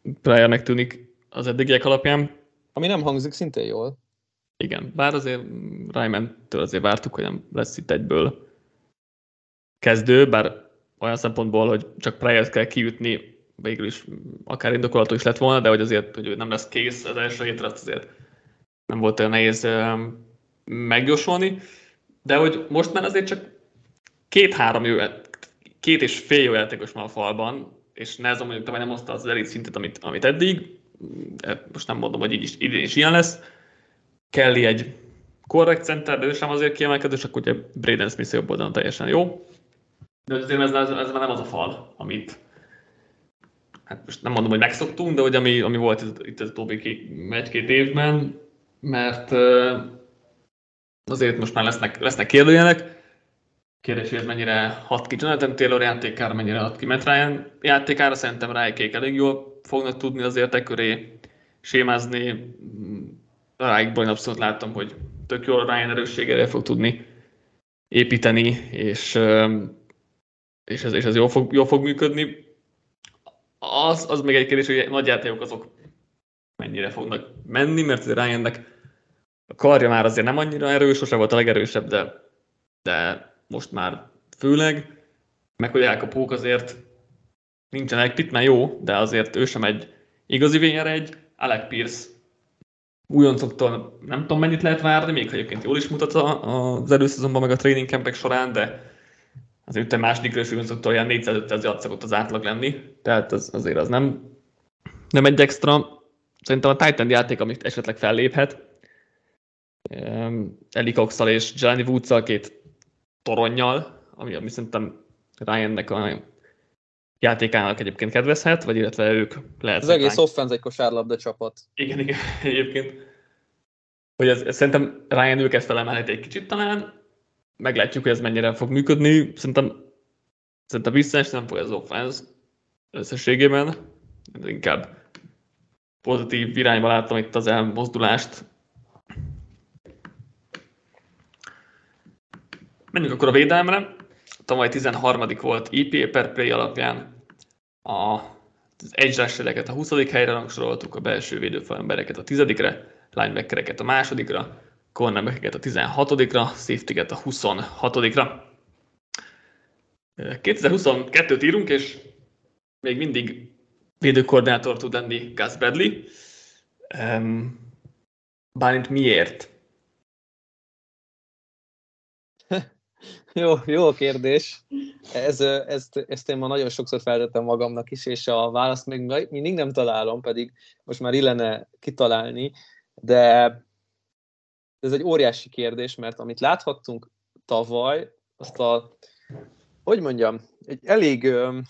A: Pryornek tűnik az eddigiek alapján.
B: Ami nem hangzik szintén jól.
A: Igen, bár azért Ryman-től azért vártuk, hogy nem lesz itt egyből kezdő, bár olyan szempontból, hogy csak Pryor-t kell kiütni, végül is akár indokolható is lett volna, de hogy azért, hogy ő nem lesz kész az első hétre, azt azért nem volt olyan nehéz megjósolni. De hogy most már azért csak két-három jó, két és fél jó játékos van a falban, és nehezen mondjuk tavaly nem hozta az elit szintet, amit, amit eddig. Most nem mondom, hogy így is, idén is ilyen lesz. Kelly egy korrekt center, de ő sem azért kiemelkedő, és akkor ugye Braden Smith jobb oldalon teljesen jó. De azért ez, ez, ez már nem az a fal, amit hát most nem mondom, hogy megszoktunk, de hogy ami, ami volt itt, itt az utóbbi egy-két évben, mert uh, azért most már lesznek, lesznek kérdőjelek. Kérdés, hogy ez mennyire hat ki Jonathan Taylor játékára, mennyire hat ki Matt Ryan játékára. Szerintem Ryan-kék elég jól fognak tudni azért e köré sémázni. Ryan-ból én abszolút láttam, hogy tök jól Ryan erősségére fog tudni építeni, és, és, ez, és ez jól fog, jól fog működni. Az, az még egy kérdés, hogy nagy játékok azok mennyire fognak menni, mert azért Ryannek a karja már azért nem annyira erős, sose volt a legerősebb, de, de most már főleg, meg hogy elkapók azért nincsenek, Pittman jó, de azért ő sem egy igazi vényer egy, Alec Pierce újoncoktól nem tudom mennyit lehet várni, még egyébként jól is mutat az előszezonban meg a training campek során, de azért a második részű újoncoktól ilyen négyszáz-ötszáz yard szokott az átlag lenni, tehát az, azért az nem, nem egy extra. Szerintem a Titan játék, amit esetleg felléphet, Eli Cox-szal és Jelani Woods-szal, két toronnyal, ami, ami szerintem Ryannek a játékának egyébként kedvezhet, vagy illetve ők lehet.
B: Az egész offense egy kosárlabda csapat.
A: Igen, igen, egyébként. Hogy ez, ez szerintem Ryan őket felemelhet egy kicsit talán, meglátjuk, hogy ez mennyire fog működni. Szerintem, szerintem visszaesni nem fog ez az offense összességében, inkább pozitív irányba láttam itt az elmozdulást. Menjünk akkor a védelemre. Tavaly tizenharmadik volt i pé á per play alapján. A, az edge rushereket a huszadik helyre rangsoroltuk, a belső védőfal embereket a tizedikre, linebackereket a másodikra, cornerbackeket a tizenhatodikra, safetyket a huszonhatodikra. kétezer-huszonkettőt írunk, és még mindig védőkoordinátor tud lenni Gus Bradley. Bármint miért?
B: Jó, jó kérdés. Ez, ezt, ezt én ma nagyon sokszor feltettem magamnak is, és a választ még mindig nem találom, pedig most már illene kitalálni, de ez egy óriási kérdés, mert amit láthattunk tavaly, azt a, hogy mondjam, egy elég,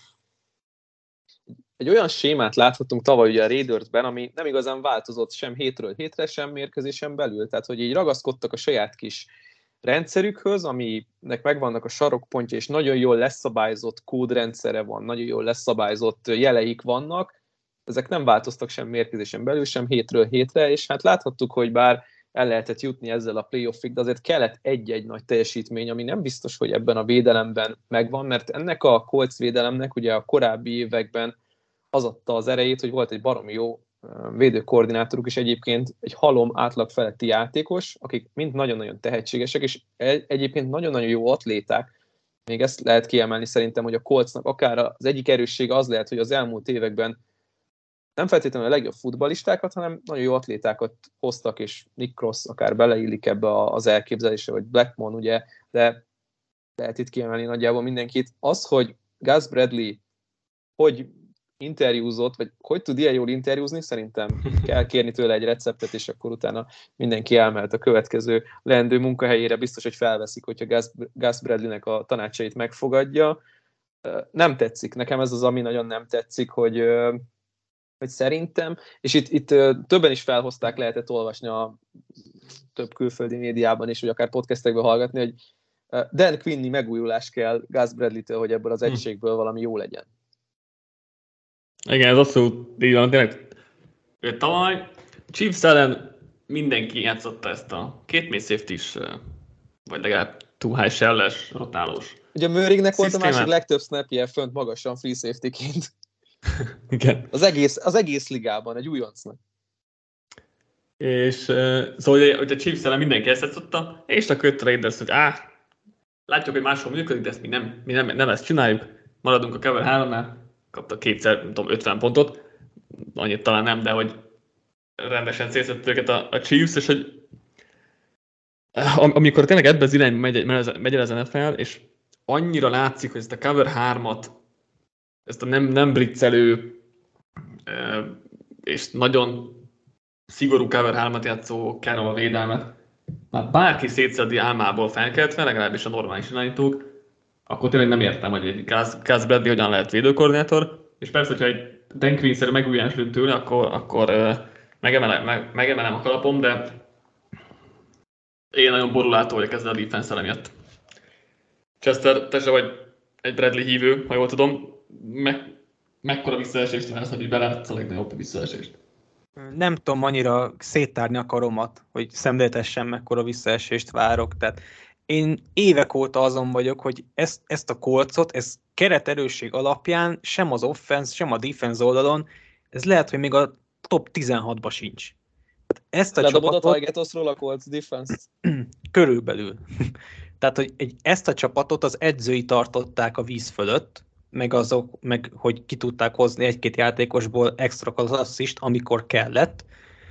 B: egy olyan sémát láthattunk tavaly ugye a Raidersben, ami nem igazán változott sem hétről hétre, sem mérkőzésen belül, tehát hogy így ragaszkodtak a saját kis rendszerükhöz, aminek megvannak a sarokpontja, és nagyon jól leszabályozott kódrendszere van, nagyon jól leszabályozott jeleik vannak, ezek nem változtak sem mérkőzésen belül, sem hétről hétre, és hát láthattuk, hogy bár el lehetett jutni ezzel a playoffig, de azért kellett egy-egy nagy teljesítmény, ami nem biztos, hogy ebben a védelemben megvan, mert ennek a Colts védelemnek ugye a korábbi években az adta az erejét, hogy volt egy baromi jó védőkoordinátoruk, és egyébként egy halom átlag feletti játékos, akik mind nagyon-nagyon tehetségesek, és egyébként nagyon-nagyon jó atléták. Még ezt lehet kiemelni szerintem, hogy a Coltsnak akár az egyik erőssége az lehet, hogy az elmúlt években nem feltétlenül a legjobb futballistákat, hanem nagyon jó atlétákat hoztak, és Nick Cross akár beleillik ebbe az elképzelésre, vagy Blackmon, ugye, de lehet itt kiemelni nagyjából mindenkit. Az, hogy Gus Bradley hogy interjúzott, vagy hogy tud ilyen jól interjúzni, szerintem kell kérni tőle egy receptet, és akkor utána mindenki elmehet a következő leendő munkahelyére, biztos, hogy felveszik, hogyha Gus, Gus Bradleynek a tanácsait megfogadja. Nem tetszik, nekem ez az, ami nagyon nem tetszik, hogy, hogy szerintem, és itt, itt többen is felhozták, lehetett olvasni a több külföldi médiában, és vagy akár podcastekben hallgatni, hogy Dan Quinney megújulás kell Gus Bradley-től, hogy ebből az egységből valami jó legyen.
A: Igen, ez abszolút így van, tényleg. Tavaly Chiefs ellen mindenki játszotta ezt a két mély safety-s, vagy legalább too high shell-es, rotálós.
B: Ugye Murraynek volt a másik legtöbb snapje fönt magasan free safety-ként.
A: Igen.
B: Az egész, az egész ligában, egy újoncnak.
A: És uh, szóval, hogy a Chiefs-el mindenki ezt játszotta, és akkor jött a Raiders, hogy áh, látjuk, hogy máshol működik, de ezt mi nem, mi nem, nem ezt csináljuk, maradunk a cover háromnál, kapta kétszer, nem tudom, ötven pontot, annyit talán nem, de hogy rendesen célzott őket a, a Chiefs, és hogy amikor tényleg ebbe az irányba megy, megy el az en ef el, és annyira látszik, hogy ezt a cover hármat, ezt a nem, nem blitzelő, és nagyon szigorú cover hármat játszó Carroll védelmet, már bárki szétszedi álmából felkeltve, legalábbis a normális irányítók, akkor tényleg nem értem, hogy egy Gus Bradley hogyan lehet védőkoordinátor, és persze, hogyha egy Dan Quinn-szerű megújulás lőtt tőle, akkor, akkor uh, megemelem, meg, megemelem a kalapom, de én nagyon borulátó vagyok ezzel a defense-el miatt. Chester, te se vagy egy Bradley hívő, ha jól tudom, meg, mekkora visszaesést vársz, hogy belátsz a legnagyobb visszaesést?
C: Nem tudom annyira széttárni a karomat, hogy szemléltessem, mekkora visszaesést várok. Tehát én évek óta azon vagyok, hogy ezt, ezt a kolcot, ez kereterősség alapján sem az offense, sem a defense oldalon, ez lehet, hogy még a top tizenhatba sincs. Ezt a
B: Ledobod
C: csapatot...
B: a Targetosról a Colts defense-t?
C: Körülbelül. Tehát, hogy egy, ezt a csapatot az edzői tartották a víz fölött, meg, azok, meg hogy ki tudták hozni egy-két játékosból extra klasszist, amikor kellett,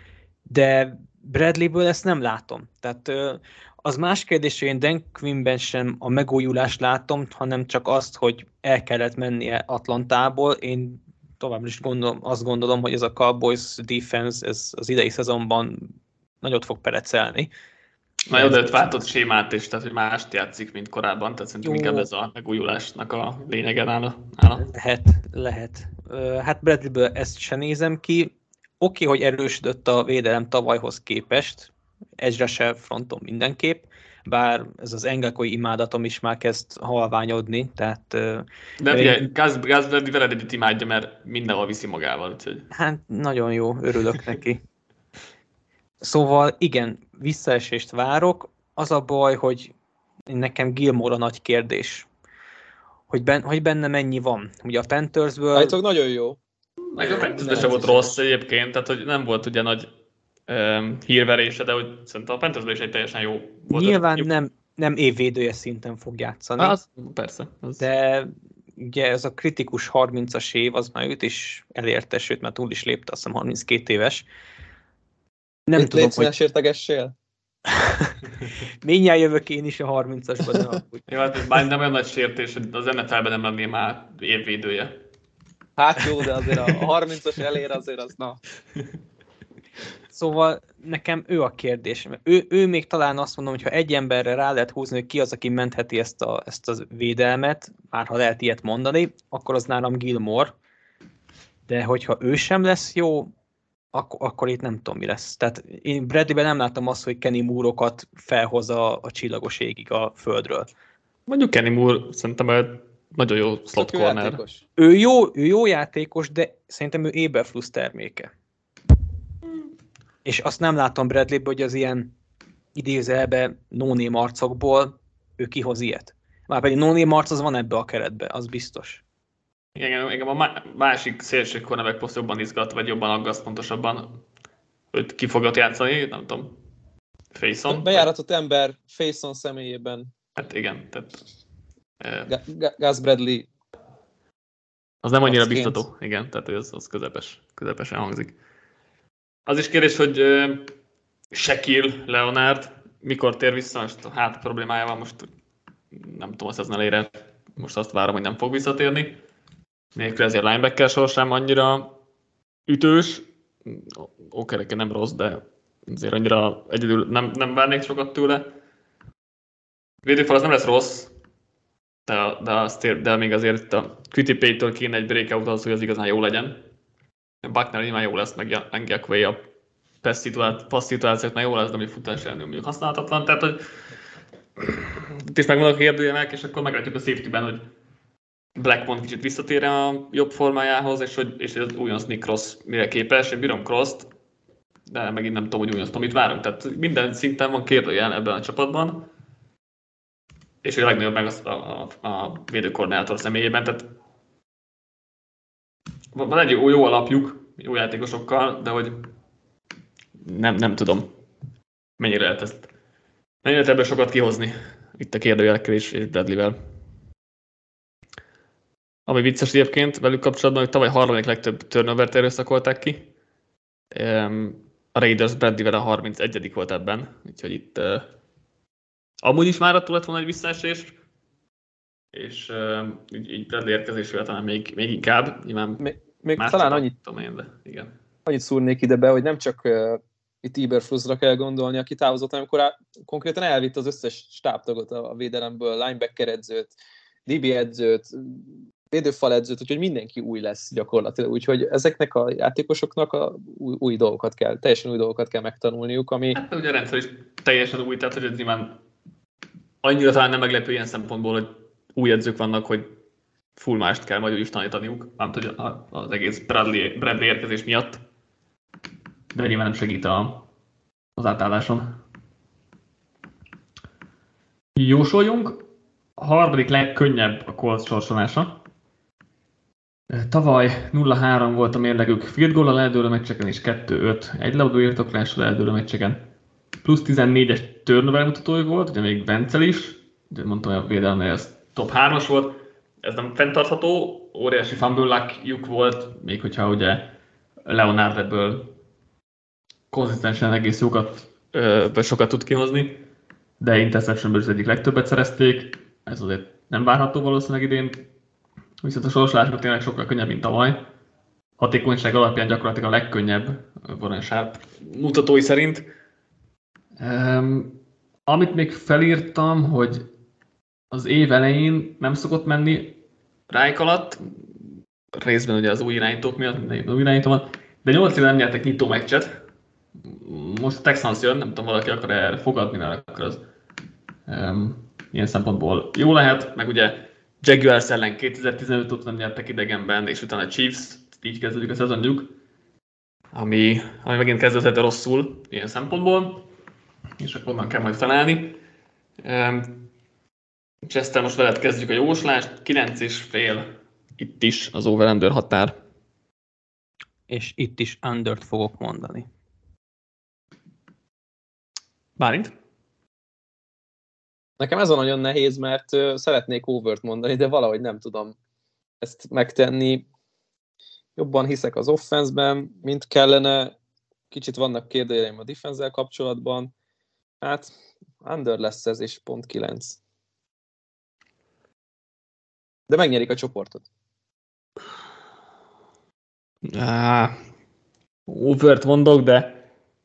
C: de Bradleyből ezt nem látom. Tehát az más kérdés, hogy én Dan Quinnben sem a megújulást látom, hanem csak azt, hogy el kellett mennie Atlantából. Én továbbra is gondolom, azt gondolom, hogy ez a Cowboys defense ez az idei szezonban nagyot fog perecelni.
A: Na jó, de ott váltott sémát is, tehát hogy mást játszik, mint korábban, tehát szerintem jó. Inkább ez a megújulásnak a lényege nála.
C: Lehet, lehet. Hát Bradleyből ezt sem nézem ki. Oké, okay, hogy erősödött a védelem tavalyhoz képest, edge se fronton mindenképp, bár ez az Engelkoi imádatom is már kezd halványodni, tehát...
A: De figyelj, Gus Bradley veled együtt imádja, mert mindenhol viszi magával, úgyhogy...
C: Hát nagyon jó, örülök neki. Szóval igen, visszaesést várok, az a baj, hogy nekem Gilmore a nagy kérdés, hogy, ben, hogy benne mennyi van. Ugye a Panthersből...
B: Állítólag nagyon jó.
A: Meg a Panthersből sem volt rossz egyébként, tehát hogy nem volt ugye nagy um, hírverése, de hogy szerintem a Panthersből is egy teljesen jó volt.
C: Nyilván
A: jó.
C: nem, nem évvédője szinten fog játszani.
A: Az, persze. Az...
C: De ugye ez a kritikus harmincas év, az már őt is elérte, sőt már túl is lépte, azt hiszem harminckét éves.
B: Nem Itt tudom, hogy... sértegessél?
C: Mindjárt jövök én is a harmincasban.
A: Jó, hát ez már nem olyan nagy sértés, hogy az en ef el-ben nem lenné már évvédője.
B: Hát jó, de azért a harmincas elér azért az, na.
C: Szóval nekem ő a kérdés. Ő, ő még talán azt mondom, hogy ha egy emberre rá lehet húzni, hogy ki az, aki mentheti ezt a, ezt a védelmet, már ha lehet ilyet mondani, akkor az nálam Gilmore. De hogyha ő sem lesz jó, Ak- akkor itt nem tudom, mi lesz. Tehát én Bradleyben nem láttam azt, hogy Kenny Moore-okat felhoz a, a csillagos égig a földről.
A: Mondjuk Kenny Moore szerintem egy nagyon jó slot corner.
C: Ő jó, ő jó játékos, de szerintem ő Eberflus terméke. Hmm. És azt nem látom Bradleyben, hogy az ilyen idézelbe no-name arcokból ő kihoz ilyet. Már pedig no-name arc az van ebbe a keretbe, az biztos.
A: Igen, engem a másik szélső cornerback poszt jobban izgat, vagy jobban aggaszt pontosabban, hogy ki fogod játszani, nem tudom, Faison.
B: Bejáratott vagy... ember Faison személyében.
A: Hát igen, tehát...
B: G- Gus Bradley.
A: Az nem annyira biztató, igen, tehát az, az közepes, közepesen hangzik. Az is kérdés, hogy uh, Shaquille Leonard mikor tér vissza, most a hát problémájával most nem tudom, azt az elére, most azt várom, hogy nem fog visszatérni. Nélkül ezért linebacker sor sem annyira ütős. Okereke nem rossz, de azért annyira egyedül nem, nem várnék sokat tőle. Védőfal az nem lesz rossz, de, de, azt, de még azért itt a Quitty Pay-től kéne egy breakout az, hogy az igazán jó legyen. Buckner nyilván jó lesz, meg Engelkvei a passz szituációknál jó lesz, de még futás elnő mondjuk használhatatlan. Tehát, hogy itt is megvannak a kérdőjelek, és akkor meglátjuk a safety-ben, hogy Blackmon kicsit visszatér a jobb formájához, és hogy és az újonc Nick Cross mire képes. Én bírom Cross-t, de megint nem tudom, hogy újonc Tomit várunk. Tehát minden szinten van kérdőjel ebben a csapatban, és hogy a legnagyobb meg a, a, a védőkoordinátor személyében. Tehát van egy jó, jó alapjuk, jó játékosokkal, de hogy nem, nem tudom, mennyire lehet ezt, mennyire lehet ebből sokat kihozni itt a kérdőjelekkel és, és Bradley-vel. Ami vicces egyébként velük kapcsolatban, hogy tavaly harmadik legtöbb turnovert erőszakolták ki. A Raiders Bradley-vel a harmincegyedik volt ebben, úgyhogy itt uh, amúgy is már attól lett volna egy visszaesés, és uh, így, így Bradley érkezésével talán még, még inkább. Nyilván
B: még még talán annyit,
A: tudom én, de igen.
B: annyit szúrnék ide be, hogy nem csak uh, itt Eberflusra kell gondolni, aki távozott, hanem korá, konkrétan elvitt az összes stábtagot a, a védelemből, linebacker edzőt, dé bé edzőt, védőfal edzőt, úgyhogy mindenki új lesz gyakorlatilag. Úgyhogy ezeknek a játékosoknak a új, új dolgokat kell, teljesen új dolgokat kell megtanulniuk, ami...
A: Hát ugye a rendszer is teljesen új, tehát hogy ez nyilván annyira talán nem meglepő ilyen szempontból, hogy új edzők vannak, hogy full mást kell majd is tanítaniuk, nem tudja az egész Bradley, Bradley érkezés miatt, de nyilván nem segít a, az átálláson. Jósoljunk, a harmadik legkönnyebb a Colts sorsolása. Tavaly nulla három volt a mérlegük field goal-al eldőlő meccseken és kettő öt egy labda birtoklással eldőlő meccseken. Plusz tizennégyes turnover mutatójuk volt, ugye még Vencel is, de mondtam, hogy a védelemnél ez top hármas volt. Ez nem fenntartható, óriási fumble luckjuk volt, még hogyha ugye Leonard ebből konzisztensen egész jókat, ö, sokat tud kihozni, de interceptionből is egyik legtöbbet szerezték, ez azért nem várható valószínűleg idén. Viszont a sorsolásban tényleg sokkal könnyebb, mint tavaly. Hatékonyság alapján gyakorlatilag a legkönnyebb Warren Sharp mutatói szerint. Um, amit még felírtam, hogy az év elején nem szokott menni rájuk alatt, részben ugye az új irányítók miatt, minden új irányító van, de nyolc éve nem nyertek nyitó meccset. Most a Texans jön, nem tudom, valaki akar erre fogadni, mert akkor az um, ilyen szempontból jó lehet, meg ugye Jaguars ellen kétezer-tizenöt óta nem nyertek idegenben, és utána a Chiefs, így kezdődik a szezonjuk, ami, ami megint kezdődhet rosszul ilyen szempontból, és akkor onnan kell majd felállni. És ezzel most veled kezdjük a jóslást, kilenc és fél itt is az over-under határ.
C: És itt is undert fogok mondani.
A: Bálint?
B: Nekem ez a nagyon nehéz, mert uh, szeretnék overt mondani, de valahogy nem tudom ezt megtenni. Jobban hiszek az offenszben, mint kellene. Kicsit vannak kérdőjeleim a defense-zel kapcsolatban. Hát, under lesz ez, és pont kilenc. De megnyerik a csoportot.
A: Ah, overt mondok, de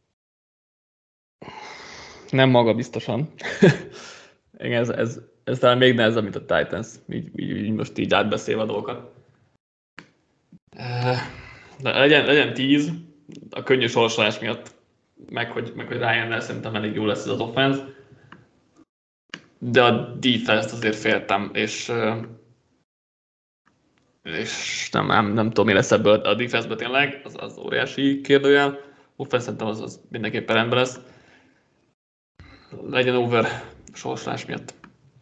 A: nem maga biztosan. Ez, ez, ez talán még nehezebb, mint a Titans, így, így, így most így átbeszélve a dolgokat. De legyen, legyen tíz, a könnyű sorsolás miatt, meg hogy, meg hogy Ryan-nel szerintem elég jó lesz ez az offense. De a defense-t azért féltem, és, és nem, nem, nem tudom, mi lesz ebből a defense-ből tényleg, az, az óriási kérdőjel. Offense szerintem az, az mindenképpen rendben lesz. Legyen over sorsolás miatt.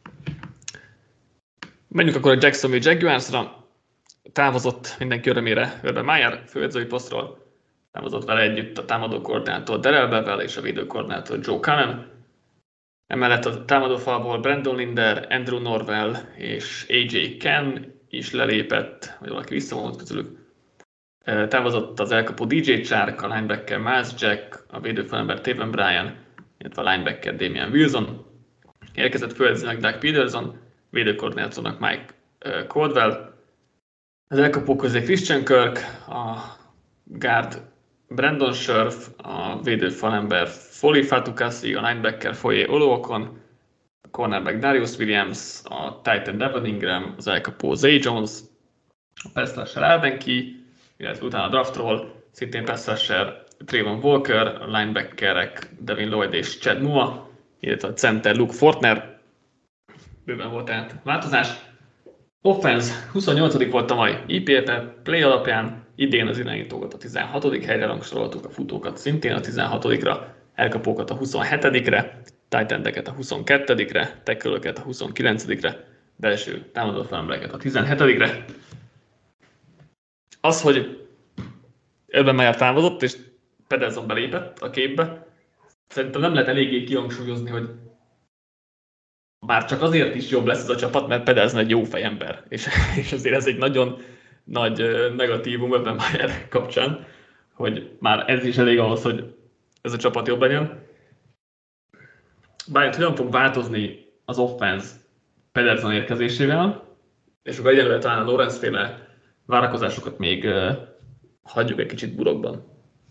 A: Menjünk akkor a Jacksonville Jaguarsra. Távozott mindenki örömére Urban Meyer főedzői posztról. Távozott vele együtt a támadó koordinátor Darrell Bevell és a védő koordinátor Joe Cullen. Emellett a támadófalból Brandon Linder, Andrew Norwell és á jé Ken is lelépett, vagy valaki visszavonult közülük. Távozott az elkapó dé jé Chark, a linebacker Miles Jack, a védőfalember Taven Bryan, illetve a linebacker Damian Wilson. Érkezett főedzőnek Doug Peterson, védőkoordinátornak Mike uh, Caldwell. Az elkapók közé Christian Kirk, a guard Brandon Scherf, a védőfalember Foley Fatukasi, a linebacker Foye Oluokon, a cornerback Darius Williams, a Titan Devon Ingram, az elkapó Zay Jones, a pass rusher Alden Key, illetve utána a draftról szintén pass rusher Trayvon Walker, a linebackerek Devin Lloyd és Chad Mua, illetve a center Luke Fortner. Bőven volt tehát változás. Offense huszonnyolcadik volt tavaly i pé er play alapján, idén az irányítókat a tizenhatodik helyre rangsoroltuk, a futókat szintén a tizenhatodikra, elkapókat a huszonhetedikre, tight endeket a huszonkettedikre, tackle-öket a huszonkilencedikre, belső támadó felembereket a tizenhetedikre. az, hogy Urban Meyer távozott, és Pederson belépett a képbe, szerintem nem lehet eléggé kihangsúlyozni, hogy már csak azért is jobb lesz ez a csapat, mert Pedersen egy jó fejember, és, és azért ez egy nagyon nagy negatívum Urban Meyer kapcsán, hogy már ez is elég ahhoz, hogy ez a csapat jobb legyen. Bárját hogyan fog változni az offense Pedersen érkezésével, és akkor egyenlőre talán a Lawrence-féle várakozásokat még uh, hagyjuk egy kicsit burokban.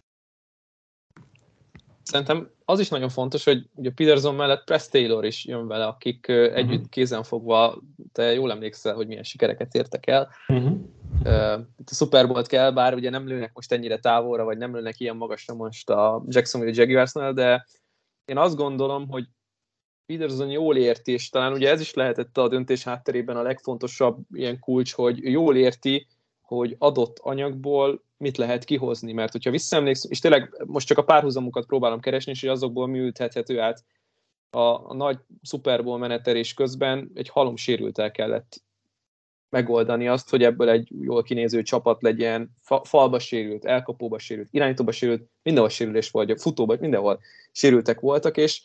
B: Szerintem az is nagyon fontos, hogy ugye Pedersen mellett Press Taylor is jön vele, akik uh, együtt uh-huh. kézenfogva, te jól emlékszel, hogy milyen sikereket értek el. Uh-huh. Uh, itt a Super Bowl-t kell, bár ugye nem lőnek most ennyire távolra, vagy nem lőnek ilyen magasra most a Jacksonville Jaguarsnál, de én azt gondolom, hogy Pedersen jól érti, és talán ugye ez is lehetett a döntés hátterében a legfontosabb ilyen kulcs, hogy jól érti, hogy adott anyagból mit lehet kihozni, mert hogyha visszaemlékszünk, és tényleg most csak a párhuzamokat próbálom keresni, és hogy azokból mi ülthethető át a, a nagy Super Bowl menetelés közben egy halomsérülttel kellett megoldani azt, hogy ebből egy jól kinéző csapat legyen, fa, falba sérült, elkapóba sérült, irányítóba sérült, mindenhol sérülés volt, futóba, mindenhol sérültek voltak, és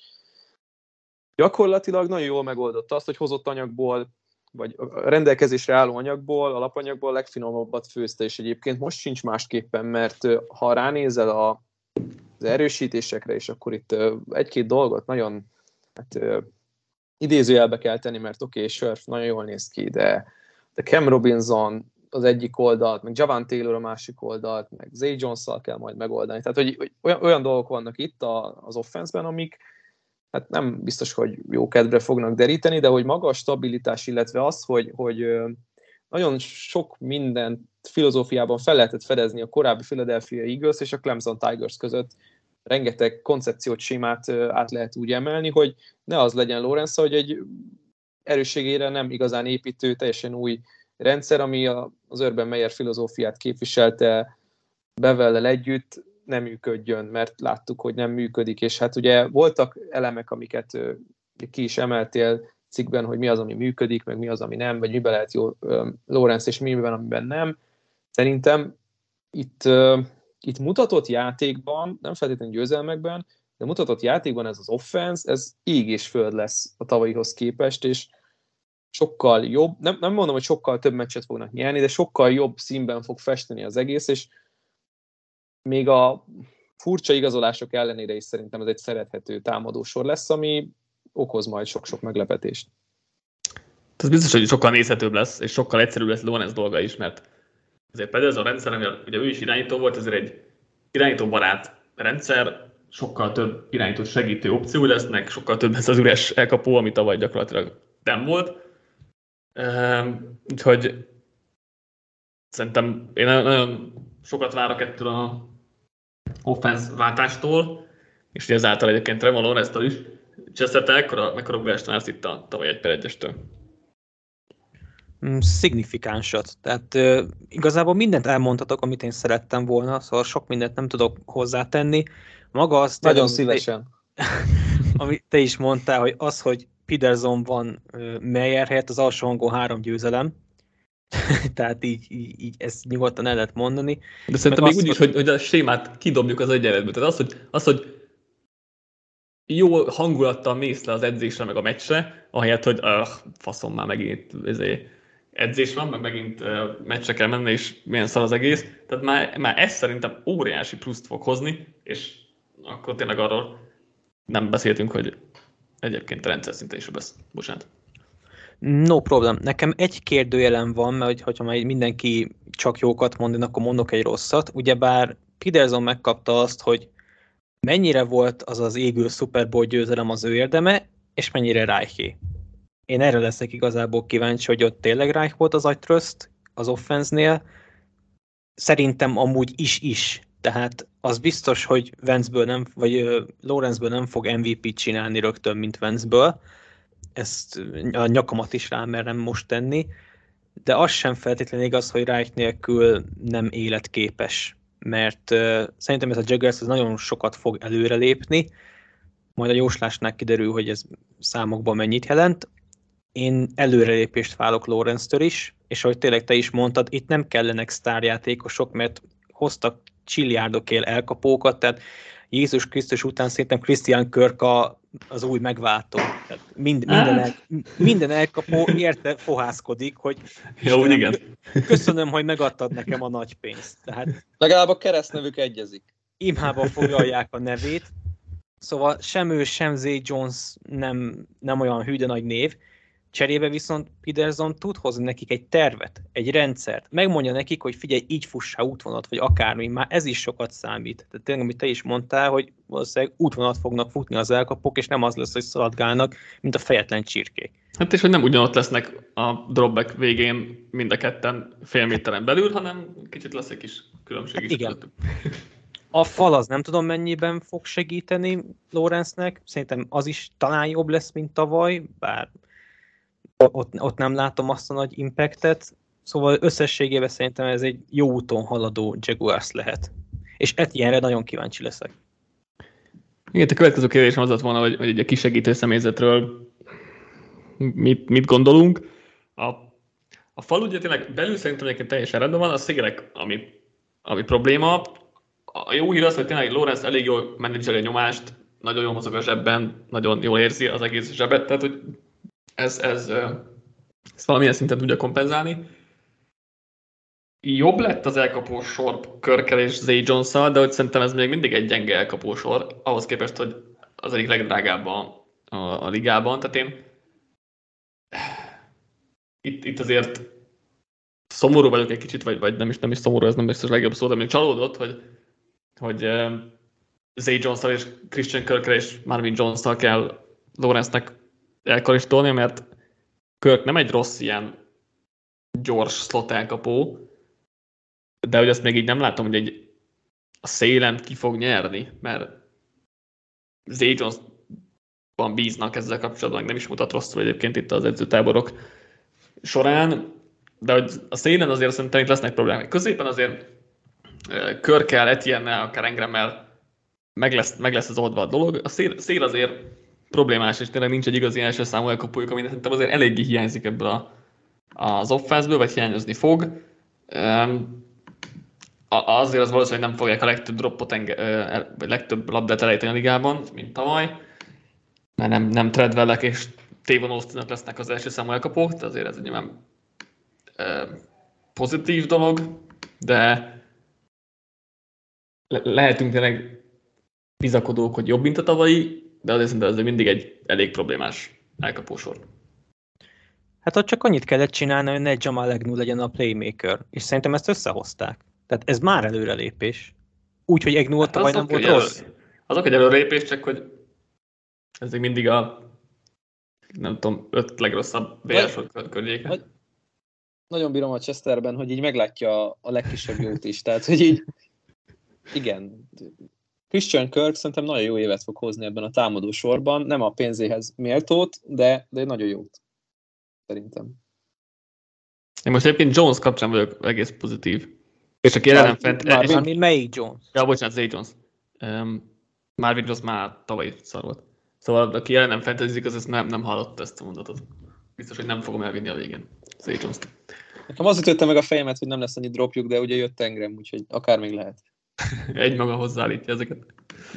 B: gyakorlatilag nagyon jól megoldotta azt, hogy hozott anyagból, vagy a rendelkezésre álló anyagból, alapanyagból a legfinomabbat főzte, és egyébként most sincs másképpen, mert ha ránézel a, az erősítésekre, és akkor itt egy-két dolgot nagyon hát, idézőjelbe kell tenni, mert oké, okay, Scherf nagyon jól néz ki, de, de Cam Robinson az egyik oldalt, meg Javon Taylor a másik oldalt, meg Zay Jones-szal kell majd megoldani. Tehát, hogy, hogy olyan, olyan dolgok vannak itt a, az offenszben, amik hát nem biztos, hogy jó kedvre fognak deríteni, de hogy maga a stabilitás, illetve az, hogy, hogy nagyon sok mindent filozófiában fel lehetett fedezni a korábbi Philadelphia Eagles és a Clemson Tigers között, rengeteg koncepciót, sémát át lehet úgy emelni, hogy ne az legyen Lawrence, hogy egy erősségére nem igazán építő, teljesen új rendszer, ami az Urban Meyer filozófiát képviselte Bevellel együtt, nem működjön, mert láttuk, hogy nem működik, és hát ugye voltak elemek, amiket ki is emeltél cikkben, hogy mi az, ami működik, meg mi az, ami nem, vagy miben lehet jó Lawrence, és miben, amiben nem. Szerintem itt, itt mutatott játékban, nem feltétlenül győzelmekben, de mutatott játékban ez az offense, ez ég és föld lesz a tavalyihoz képest, és sokkal jobb, nem, nem mondom, hogy sokkal több meccset fognak nyerni, de sokkal jobb színben fog festeni az egész, és még a furcsa igazolások ellenére is szerintem ez egy szerethető támadósor lesz, ami okoz majd sok-sok meglepetést.
A: Ez biztos, hogy sokkal nézhetőbb lesz, és sokkal egyszerűbb lesz Lawrence dolga is, mert ezért például ez a rendszer, ami ugye ő is irányító volt, ezért egy irányítóbarát rendszer, sokkal több irányító segítő opció lesznek, sokkal több lesz az üres elkapó, ami tavaly gyakorlatilag nem volt. Úgyhogy szerintem én nagyon sokat várok ettől a offense váltástól, és ugye ezáltal egyébként Trevor Lawrence-től is. Chester, te ekkora, mekkora ugrást vársz itt a tavaly egy per egyestől?
C: Szignifikánsat. Tehát uh, igazából mindent elmondhatok, amit én szerettem volna, szóval sok mindent nem tudok hozzátenni. Maga az...
B: Nagyon szívesen.
C: Te, amit te is mondtál, hogy az, hogy Pedersen van uh, Meyer helyett, az alsó hangon három győzelem. Tehát így, így, így ezt nyugodtan el lehet mondani.
A: De szerintem még úgy is, hogy, hogy a sémát kidobjuk az egyenletbe. Tehát az, hogy, az, hogy jó hangulattal mész le az edzésre, meg a meccsre, ahelyett, hogy uh, faszom már megint ezért edzés van, meg megint uh, meccsre kell menni, és milyen szar az egész. Tehát már, már ez szerintem óriási pluszt fog hozni, és akkor tényleg arról nem beszéltünk, hogy egyébként rendszer szinten is lesz. Bocsánat.
C: No problem. Nekem egy kérdőjelem van, mert hogyha már mindenki csak jókat mond, akkor mondok egy rosszat. Ugyebár Pedersen megkapta azt, hogy mennyire volt az az égő Super Bowl győzelem az ő érdeme, és mennyire Reiché. Én erre leszek igazából kíváncsi, hogy ott tényleg Reich volt az agytröszt az offense-nél. Szerintem amúgy is-is. Tehát az biztos, hogy Wentz-ből nem, vagy uh, Lawrence-ből nem fog em vé pét csinálni rögtön, mint Wentz-ből. Ezt a nyakamat is rámerem most tenni, de az sem feltétlenül igaz, hogy Reich nélkül nem életképes, mert uh, szerintem ez a Jaguars ez nagyon sokat fog előrelépni, majd a jóslásnál kiderül, hogy ez számokban mennyit jelent. Én előrelépést várok Lawrence-től is, és ahogy tényleg te is mondtad, itt nem kellenek sztárjátékosok, mert hoztak csilliárdokért elkapókat, tehát Jézus Krisztus után szerintem Christian Kirk a, az új megváltó. Tehát mind, minden, el, minden elkapó érte fohászkodik, hogy
A: Jó,
C: Istenem,
A: igen.
C: köszönöm, hogy megadtad nekem a nagy pénzt. Tehát
B: legalább a keresztnevük egyezik.
C: imhába foglalják a nevét, szóval sem ő, sem Zay Jones nem, nem olyan hű, de nagy név. Cserébe viszont Peterson tud hozni nekik egy tervet, egy rendszert. Megmondja nekik, hogy figyelj, így fussá útvonat, vagy akármi. Már ez is sokat számít. Tehát tényleg, amit te is mondtál, hogy valószínűleg útvonat fognak futni az elkapok, és nem az lesz, hogy szaladgálnak, mint a fejetlen csirkék.
A: Hát és hogy nem ugyanott lesznek a dropback végén mind a ketten fél méteren belül, hanem kicsit lesz egy kis különbség is.
C: Igen. A fal az nem tudom mennyiben fog segíteni Lawrence-nek. Szerintem az is talán jobb lesz, mint tavaly, bár Ott, ott nem látom azt a nagy impactet, szóval összességében szerintem ez egy jó úton haladó Jaguars lehet. És Etienne-re nagyon kíváncsi leszek.
A: Igen, a következő kérdésem az lett volna, hogy, hogy a kisegítő személyzetről mit, mit gondolunk. A, a fal ugye tényleg belül szerintem egyébként teljesen rendben van, a szélek, ami, ami probléma. A jó hír az, hogy tényleg Lawrence elég jól menedzseli a nyomást, nagyon jól mozog a zsebben, nagyon jól érzi az egész zsebet, tehát hogy Ez, ez, ez valamilyen szinten tudja kompenzálni. Jobb lett az elkapós sor Kirkkel és Zay Jones-szal, de hogy szerintem ez még mindig egy gyenge elkapós sor, ahhoz képest, hogy az egyik legdrágább a, a, a ligában. Tehát én itt, itt azért szomorú vagyok egy kicsit, vagy, vagy nem is nem is szomorú, ez nem biztos a legjobb szó, de még csalódott, hogy, hogy Zay Jones-szal és Christian Kirkkel és Marvin Jones-szal kell Lawrence-nek elkaristolni, mert Kirk nem egy rossz ilyen gyors slot elkapó, de hogy azt még így nem látom, hogy egy a szélen ki fog nyerni, mert Zay Jones-ban bíznak ezzel kapcsolatban, nem is mutat rosszul egyébként itt az edzőtáborok során, de hogy a szélen azért szerintem itt lesznek problémák. Középen azért Kirkkel, Etienne-nel, akár Engrammel meg lesz, meg lesz az oldva a dolog. A szél, szél azért problémás, és tényleg nincs egy igazi első számú elkapójuk, ami szerintem azért eléggé hiányzik ebből a, az offense-ből, vagy hiányozni fog. Um, azért az valószínűleg nem fogják a legtöbb droppot, enge, vagy legtöbb labdát elejteni a ligában, mint tavaly, mert nem, nem Treadwellek és Tavon Austinok lesznek az első számú elkapók, tehát azért ez egy nyilván uh, pozitív dolog, de le- lehetünk tényleg bizakodók, hogy jobb, mint a tavalyi, de azért szerintem ez mindig egy elég problémás elkapósor.
C: Hát ott csak annyit kellett csinálni, hogy ne Jamal Agnew legyen a playmaker, és szerintem ezt összehozták. Tehát ez már előrelépés. Úgyhogy Agnew ott tavaly nem volt rossz.
A: Elő, azok egy előrelépés, csak hogy ez még mindig a nem tudom, öt legrosszabb vé er sor környéke.
B: Nagyon bírom a Chesterben, hogy így meglátja a legkisebb jót is. Tehát, hogy így igen, Christian Kirk szerintem nagyon jó évet fog hozni ebben a támadó sorban, nem a pénzéhez méltót, de, de nagyon jót. Szerintem.
A: Én most egyébként Jones kapcsán vagyok egész pozitív. És aki jelen fent...
C: Már, már mi, melyik Jones?
A: Ja, bocsánat, Zay Jones. Um, Marvin Jones már tavaly szar volt. Szóval aki jelen nem fantasyzik, az ezt nem, nem hallott ezt a mondatot. Biztos, hogy nem fogom elvinni a végén Zay Jones-t.
B: Nekem az ütötte meg a fejemet, hogy nem lesz annyi dropjuk, de ugye jött Engram, úgyhogy akár még lehet.
A: Egy maga hozzáállítja ezeket.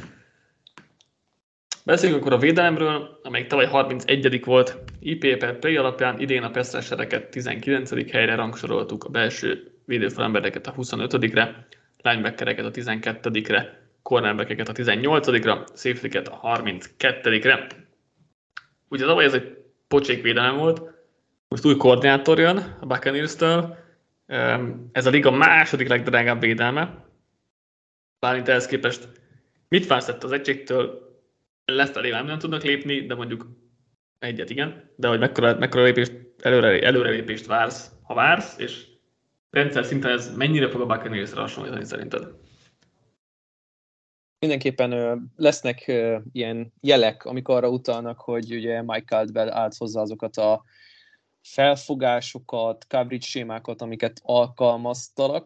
A: Beszéljünk akkor a védelemről, amelyik tavaly harmincegyedik volt. i pé per play alapján idén a pass rushereket tizenkilencedik helyre rangsoroltuk, a belső védőfalembereket a huszonötödikre, linebackereket a tizenkettedikre, cornerbackeket a tizennyolcadikra, safetyket a harminckettedikre. Ugye tavaly ez egy pocsék védelem volt, most új koordinátor jön a Buccaneers-től. Ez a liga második legdrágább védelme. Bármint ehhez képest mit vársz az egységtől? Lefelé nem, nem tudnak lépni, de mondjuk egyet igen, de hogy mekkora, mekkora lépést, előre, előrelépést vársz, ha vársz, és rendszer szinten ez mennyire fog a Buccaneers-re hasonlítani szerinted?
B: Mindenképpen ö, lesznek ö, ilyen jelek, amik arra utalnak, hogy ugye Mike Caldwell állt hozzá azokat a felfogásokat, coverage sémákat, amiket alkalmaztak,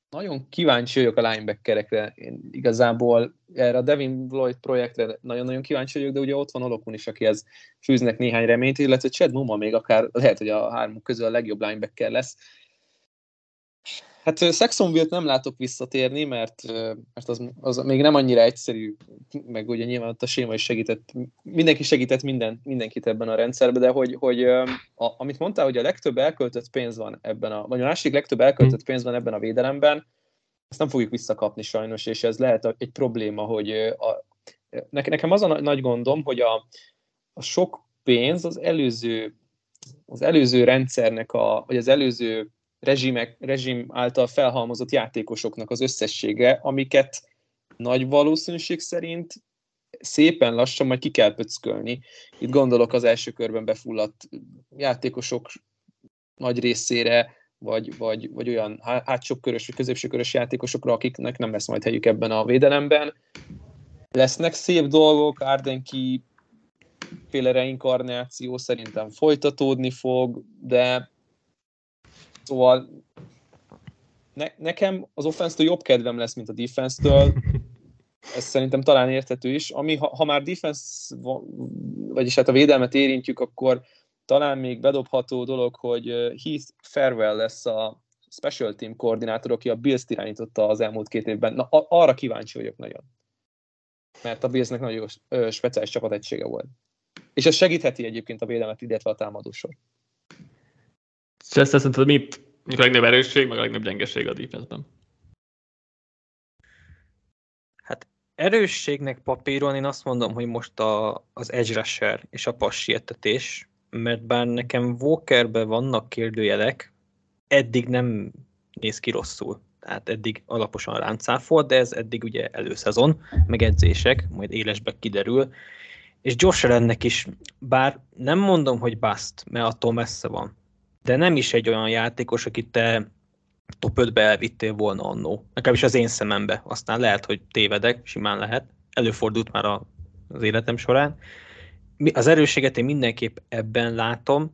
B: nagyon kíváncsi vagyok a linebackerekre. Én igazából erre a Devin Lloyd projektre nagyon-nagyon kíváncsi vagyok, de ugye ott van Olokun is, akihez fűznek néhány reményt, illetve Chad Muma még akár lehet, hogy a hármuk közül a legjobb linebacker lesz. Hát Saxonville-t nem látok visszatérni, mert, mert az, az még nem annyira egyszerű, meg ugye nyilván ott a séma is segített, mindenki segített minden, mindenkit ebben a rendszerben, de hogy, hogy a, amit mondtál, hogy a legtöbb elköltött pénz van ebben a, vagy a másik legtöbb elköltött pénz van ebben a védelemben, ezt nem fogjuk visszakapni sajnos, és ez lehet egy probléma, hogy a, nekem az a nagy gondom, hogy a, a sok pénz az előző, az előző rendszernek, a, vagy az előző rezsimek, rezsim által felhalmozott játékosoknak az összessége, amiket nagy valószínűség szerint szépen lassan majd ki kell pöckölni. Itt gondolok az első körben befulladt játékosok nagy részére, vagy, vagy, vagy olyan hátsó körös, vagy középső körös játékosokra, akiknek nem lesz majd helyük ebben a védelemben. Lesznek szép dolgok, Ardenki féle reinkarnáció szerintem folytatódni fog, de szóval ne, nekem az offense-től jobb kedvem lesz, mint a defense-től. Ez szerintem talán érthető is. Ami, ha, ha már defense, vagyis hát a védelmet érintjük, akkor talán még bedobható dolog, hogy Heath Farwell lesz a special team koordinátor, aki a Bills-t irányította az elmúlt két évben. Na, arra kíváncsi vagyok nagyon. Mert a Billsnek nagyon ö, speciális csapategysége volt. És ez segítheti egyébként a védelmet, illetve a támadósor.
A: És ezt szerinted mi a legnagyobb erősség, meg a legnagyobb gyengeség a defense-ben?
C: Hát erősségnek papíron én azt mondom, hogy most a, az edge rusher és a passietetés, mert bár nekem Walkerben vannak kérdőjelek, eddig nem néz ki rosszul. Tehát eddig alaposan ráncáfolt, de ez eddig ugye előszezon, meg edzések, majd élesbe kiderül. És Josh Allennek is, bár nem mondom, hogy bust, mert attól messze van, de nem is egy olyan játékos, akit te top ötbe elvittél volna annó. Legalábbis az én szemembe. Aztán lehet, hogy tévedek, simán lehet. Előfordult már a, az életem során. Az erősséget én mindenképp ebben látom.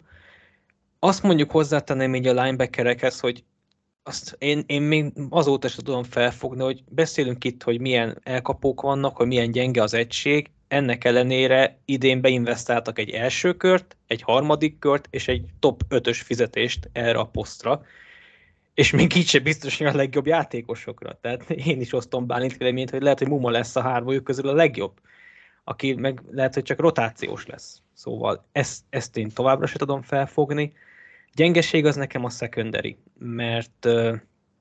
C: Azt mondjuk hozzátenném így a linebackerekhez, hogy azt én, én még azóta sem tudom felfogni, hogy beszélünk itt, hogy milyen elkapók vannak, hogy milyen gyenge az egység. Ennek ellenére idén beinvestáltak egy első kört, egy harmadik kört és egy top ötös fizetést erre a posztra. És még így sem biztos, hogy a legjobb játékosokra. Tehát én is osztom Bálint véleményt, hogy lehet, hogy Muma lesz a hármójuk közül a legjobb, aki meg lehet, hogy csak rotációs lesz. Szóval ezt, ezt én továbbra sem tudom felfogni. Gyengeség az nekem a secondary, mert uh,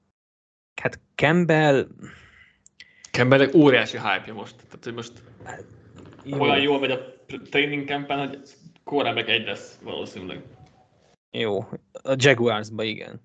C: hát Campbell...
A: Campbellnek óriási hype-ja most. Tehát, hogy most
C: Jó.
A: Olyan jól megy a training campen, hogy quarterback egy lesz valószínűleg.
C: Jó, a Jaguarsba igen.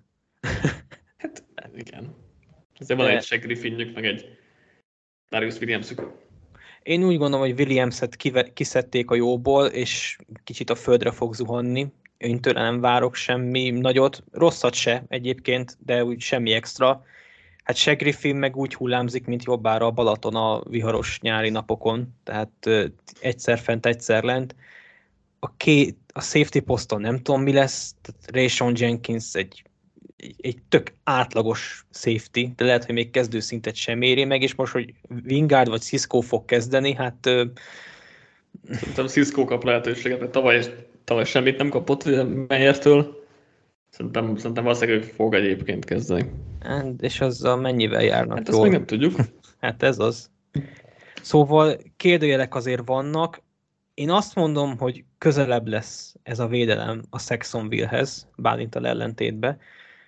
A: Hát igen. Ezért van
C: De...
A: egy Shaq Griffinjük, meg egy Darius Williamsük.
C: Én úgy gondolom, hogy Williams-et kive- kiszedték a jóból, és kicsit a földre fog zuhanni. Én tőle nem várok semmi nagyot. Rosszat se egyébként, de úgy semmi extra. Hát Shaq Griffin meg úgy hullámzik, mint jobbára a Balaton a viharos nyári napokon. Tehát uh, egyszer fent, egyszer lent. A, két, a safety poszton nem tudom mi lesz. Rayshon Jenkins egy Egy, egy tök átlagos safety, de lehet, hogy még kezdőszintet sem éri meg, és most, hogy Wingard vagy Cisco fog kezdeni, hát... Ö...
A: Szerintem Cisco kap lehetőséget, mert tavaly, tavaly semmit nem kapott Meyertől. Szerintem, szerintem valószínűleg ő fog egyébként kezdeni.
C: És azzal mennyivel járnak
A: Hát
C: jól?
A: ezt még nem tudjuk.
C: Hát ez az. Szóval kérdőjelek azért vannak. Én azt mondom, hogy közelebb lesz ez a védelem a Saxonville-hez, Bálintal ellentétben.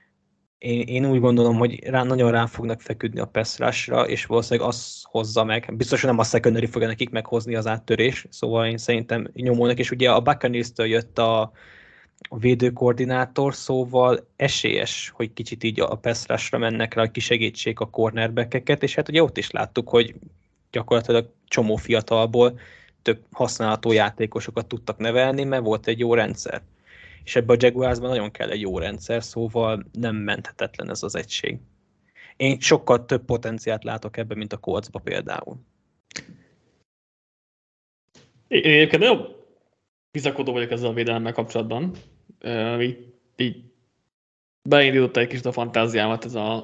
C: Én, én úgy gondolom, hogy rá, nagyon rá fognak feküdni a pass rush-ra, és valószínűleg az hozza meg. Biztos, hogy nem a secondary fogja nekik meghozni az áttörés, szóval én szerintem nyomulnak, és ugye a Buccaneers-től jött a, a védőkoordinátor, szóval esélyes, hogy kicsit így a pass rush-ra mennek rá, hogy kisegítsék a cornerback-eket, és hát ugye ott is láttuk, hogy gyakorlatilag csomó fiatalból tök használható játékosokat tudtak nevelni, mert volt egy jó rendszer. És ebben a Jaguarsban nagyon kell egy jó rendszer, szóval nem menthetetlen ez az egység. Én sokkal több potenciált látok ebben, mint a Coltsba például.
A: Én egyébként nagyon bizakodó vagyok ezzel a védelemmel kapcsolatban. Így, így beindította egy kicsit a fantáziámat ez a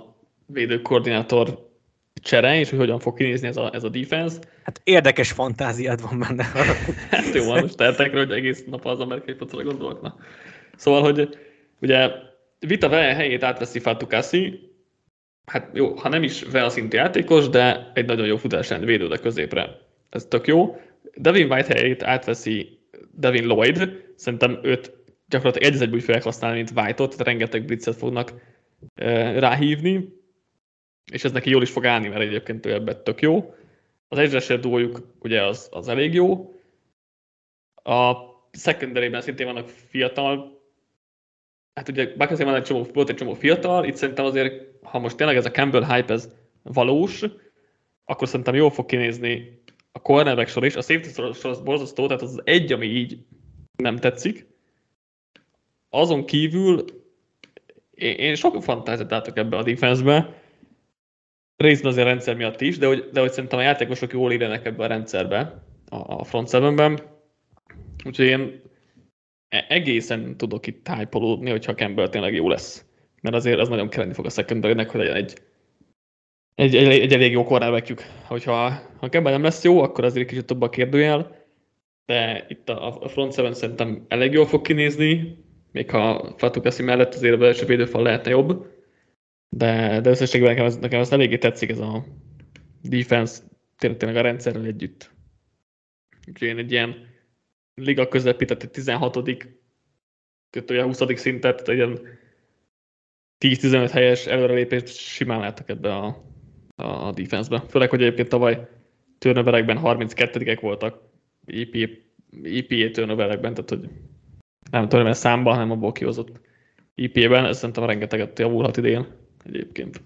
A: védőkoordinátor csere, és hogy hogyan fog kinézni ez a, ez a defense.
C: Hát érdekes fantáziád van benne.
A: Hát jó, van, most tehetek rá, hogy egész nap az amerikai focira gondolok. Na. Szóval, hogy ugye Vita Vea helyét átveszi Fatukasi, hát jó, ha nem is Vea szintű játékos, de egy nagyon jó futásrend védőde középre. Ez tök jó. Devin White helyét átveszi Devin Lloyd, szerintem őt gyakorlatilag egy egyből úgy fogják használni, mint White-ot, tehát rengeteg blitzet fognak uh, ráhívni, és ez neki jól is fog állni, mert egyébként ő ebben tök jó. Az edge rusher duójuk ugye az, az elég jó. A secondary-ben szintén vannak fiatal, hát ugye Buckeye-ben van egy csomó, volt egy csomó fiatal, itt szerintem azért, ha most tényleg ez a Campbell hype ez valós, akkor szerintem jól fog kinézni a cornerback sor is. A safety sor az borzasztó, tehát az az egy, ami így nem tetszik. Azon kívül én, én sok fantáziát látok ebbe a defense-be, részben azért a rendszer miatt is, de hogy, de hogy szerintem a játékosok jól illenek ebbe a rendszerbe, a, a front sevenben. Úgyhogy én egészen tudok itt hype-olódni, hogyha Campbell tényleg jó lesz. Mert azért az nagyon kelleni fog a secondary-nek, hogy legyen egy, egy, egy, egy elég jó cornerbackjük. Hogyha ha Campbell nem lesz jó, akkor azért kicsit több a kérdőjel, de itt a, a front seven szerintem elég jól fog kinézni, még ha Fatukasi mellett azért a belső védőfal lehetne jobb. De, de összességben nekem ez, nekem ez eléggé tetszik, ez a defense, tényleg a rendszerrel együtt. Úgyhogy én egy ilyen liga közepi, tehát egy tizenhatodik kötője huszadik szintet, egy ilyen tíz-tizenöt helyes előrelépést simán láttak ebbe a, a defense-be. Főleg, hogy egyébként tavaly turnoverekben harminckettődik voltak é pé á turnoverekben, tehát hogy nem tudom, mert számban, hanem abból kihozott é pé á-ben, ez szerintem rengeteget javulhat idén egyébként.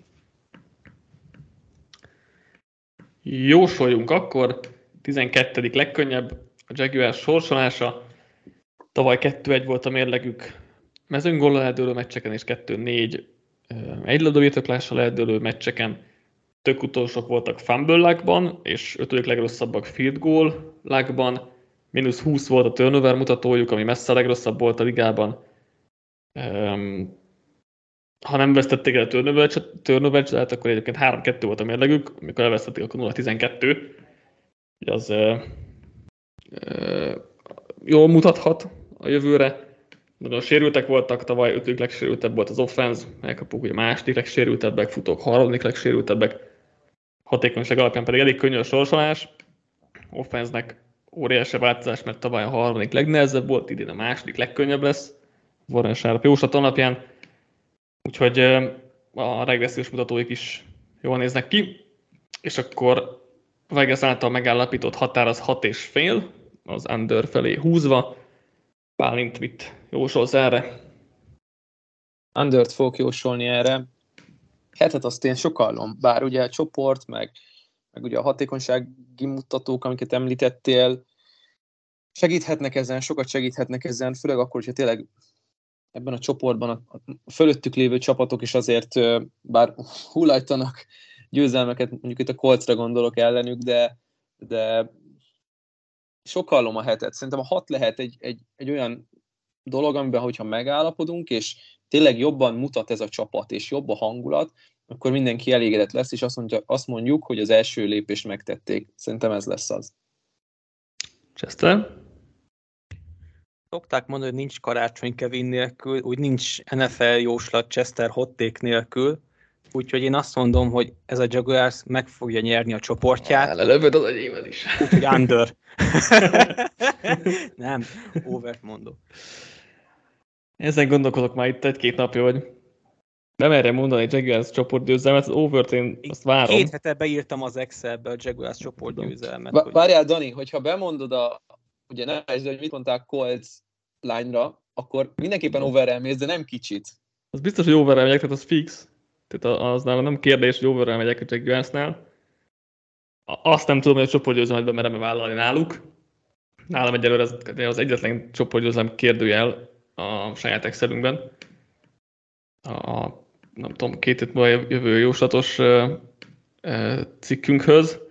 A: Jósoljunk akkor, tizenkettedik legkönnyebb a Jaguars sorsolása. Tavaly kettő egy volt a mérlegük mezőnygóllal eldőlő meccseken, és kettő négy egylabdabirtoklással eldőlő meccseken. Tök utolsók voltak fumble luckban, és ötödik legrosszabbak field goal luckban. mínusz húsz volt a turnover mutatójuk, ami messze a legrosszabb volt a ligában. Um, ha nem vesztették el a turnover-t, hát akkor egyébként három kettő volt a mérlegük, amikor elvesztették, akkor nulla tizenkettő. Az uh, uh, jól mutathat a jövőre. Nagyon sérültek voltak, tavaly ötödik legsérültebb volt az offense, elkapuk ugye második legsérültebbek, futók harmadik legsérültebbek, hatékonyság alapján pedig elég könnyű a sorsolás. Offense-nek óriási változás, mert tavaly a harmadik legnehezebb volt, idén a második legkönnyebb lesz, Warren Sharp jóslat alapján. Úgyhogy a regressziós mutatóik is jól néznek ki, és akkor Vegas által megállapított határ az hat és fél, az under felé húzva. Bálint mit jósolsz erre?
B: Undert fogok jósolni erre. Hetet azt én sokallom, bár ugye a csoport, meg, meg ugye a hatékonysági mutatók, amiket említettél, segíthetnek ezen, sokat segíthetnek ezen, főleg akkor, hogyha tényleg ebben a csoportban a, a fölöttük lévő csapatok is azért, bár hullajtanak győzelmeket, mondjuk itt a Coltsra gondolok ellenük, de, de sokallom a hetet. Szerintem a hat lehet egy, egy, egy olyan dolog, amiben, hogyha megállapodunk, és tényleg jobban mutat ez a csapat, és jobb a hangulat, akkor mindenki elégedett lesz, és azt, mondja, azt mondjuk, hogy az első lépést megtették. Szerintem ez lesz az.
A: Chester?
C: Szokták mondani, hogy nincs karácsony Kevin nélkül, úgy nincs en ef el jóslat Chester hotték nélkül, úgyhogy én azt mondom, hogy ez a Jaguars meg fogja nyerni a csoportját.
A: Lelövöd az enyémet is.
C: Úgyhogy under. Nem, overt mondok.
A: Ezen gondolkodok már itt egy-két napja, hogy nem erre mondani egy Jaguars csoportgyőzelmet, az overt én azt várom.
C: Két hete beírtam az Excelbe a Jaguars csoportgyőzelmet.
B: Hogy... Várjál, Dani, hogyha bemondod a, ugye nem esd, hogy mit mondták Colts line-ra, akkor mindenképpen overrel mész, de nem kicsit.
A: Az biztos, hogy overrel megyek, tehát az fix. Tehát az nálam nem kérdés, hogy overrel megyek a Jaguarsnál. Azt nem tudom, hogy a csoportgyőzelmetben merem vállalni náluk. Nálam egyelőre az, az egyetlen csoportgyőzelem kérdőjel a saját Excelünkben. A, nem tudom, két hét múlva jövő jóslatos uh, uh, cikkünkhöz.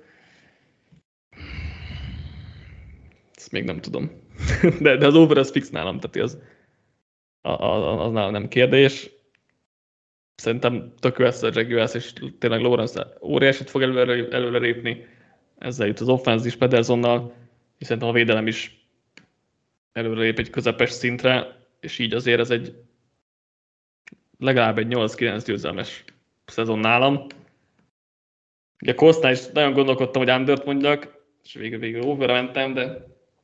A: Ezt még nem tudom. de, de az over az fix nálam, tehát az, az, az nálam nem kérdés. szerintem tök jó lesz a Jaguars, és tényleg Lawrence óriásit fog előre, előre lépni. Ezzel jut az offense is Pedersonnal, és szerintem a védelem is előre lép egy közepes szintre, és így azért ez egy legalább egy nyolc-kilenc győzelmes szezon nálam. Ugye Coltsnál is nagyon gondolkodtam, hogy undert mondjak, és végül, végül overra mentem, de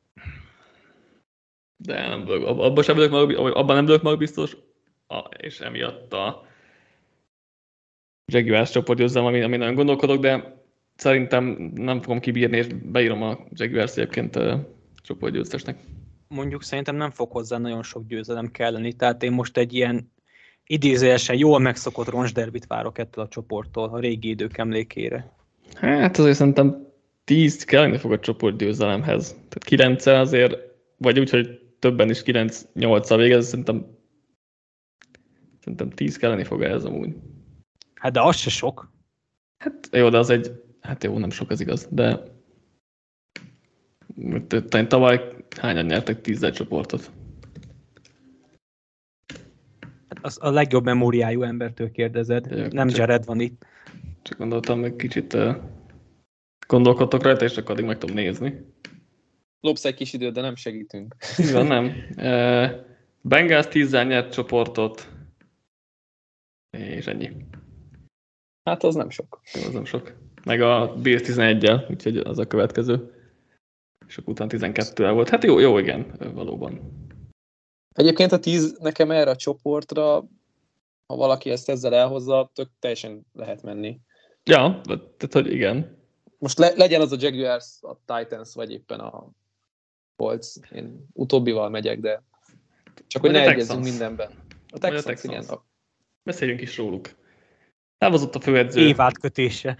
A: de nem vagyok, abban sem vagyok mag, abban nem vagyok magbiztos, és emiatt a Jaguars csoportgyőzelem, ami, ami nagyon gondolkodok, de szerintem nem fogom kibírni, és beírom a Jaguars egyébként a csoportgyőztesnek.
C: Mondjuk szerintem nem fog hozzá nagyon sok győzelem kelleni, tehát én most egy ilyen idézőjelesen jól megszokott roncsderbit várok ettől a csoporttól, a régi idők emlékére.
A: Hát azért szerintem tíz kellene fog a csoportgyőzelemhez. Tehát kilenccel azért, vagy úgy, hogy többen is kilenc-nyolccal végez, szerintem szerintem tíz kelleni fog ez amúgy.
C: Hát de az se sok.
A: Hát jó, de az egy, hát jó, nem sok, ez igaz, de tavaly hányan nyertek tízzel csoportot?
C: Hát az a legjobb memóriájú embertől kérdezed, ja, nem csak, Jared van itt.
A: Csak gondoltam, meg kicsit uh, gondolkodtok rajta, és akkor addig meg tudom nézni.
B: Lopsz egy kis időt, de nem segítünk.
A: Így van, nem. Uh, Bengals tízzel nyert csoportot, és ennyi.
B: Hát az nem sok.
A: Jó, az nem sok. Meg a Bills tizeneggyel, úgyhogy az a következő. És akkor utána tizenkettővel volt. Hát jó, jó, igen, valóban.
B: Egyébként a tíz nekem erre a csoportra, ha valaki ezt ezzel elhozza, tök teljesen lehet menni.
A: Ja, tehát hogy igen.
B: Most le, legyen az a Jaguars, a Titans, vagy éppen a Colts. Én utóbbival megyek, de csak hogy ne egyezzünk mindenben. A Texans, a Texans. Igen.
A: Beszéljünk is róluk. Távozott a főedző.
C: Évátkötése.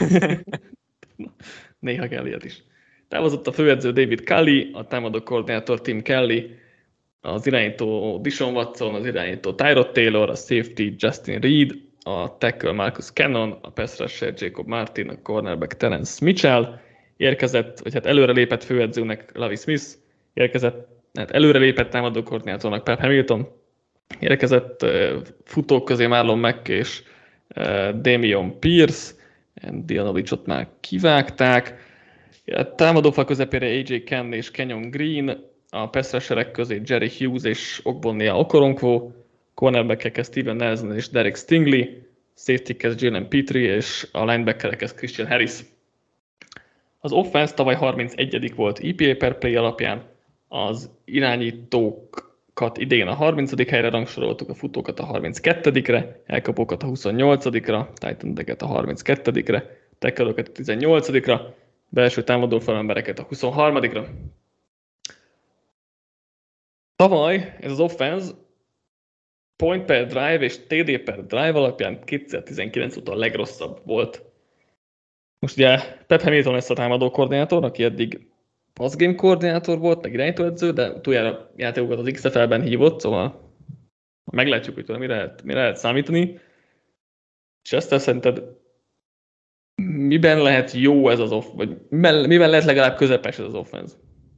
A: Néha kell ilyet is. Távozott a főedző David Culley, a támadó koordinátor Tim Kelly, az irányító Deshaun Watson, az irányító Tyrod Taylor, a safety Justin Reed, a tackle Marcus Cannon, a pass rusher Jacob Martin, a cornerback Terence Mitchell, érkezett, vagy hát előrelépett főedzőnek Lovie Smith, érkezett, hát előrelépett támadó koordinátornak Pep Hamilton, érkezett uh, futók közé Marlon Mack és uh, Damian Pierce, Dianovicsot már kivágták, a támadófal közepére á jé Ken és Kenyon Green, a pass rusherek közé Jerry Hughes és Ogbonnia Okoronkwo, cornerbackekhez Steven Nelson és Derek Stingley, safety-khez Jalen Petrie és a linebackerekhez Christian Harris. Az offense tavaly harmincegyedik volt i pé á per play alapján, az irányítókat idén a harmincadik helyre rangsoroltuk, a futókat a harmincketődikre, elkapókat a huszonnyolcadikra, tight endeket a harminckettődikre, tackle-öket a tizennyolcadikra, belső támadó falembereket a huszonharmadikra. Tavaly ez az offense point per drive és té dé per drive alapján kétezer-tizenkilenc óta a legrosszabb volt. Most ugye Pep Hamilton lesz a támadó koordinátor, aki eddig passgame koordinátor volt, meg irányítóedző, de utoljára játékokat az iksz ef el-ben hívott, szóval meglátjuk, hogy tőle mire lehet, mire lehet számítani. És ezt szerinted miben lehet jó ez az off, vagy miben lehet legalább közepes ez az offense?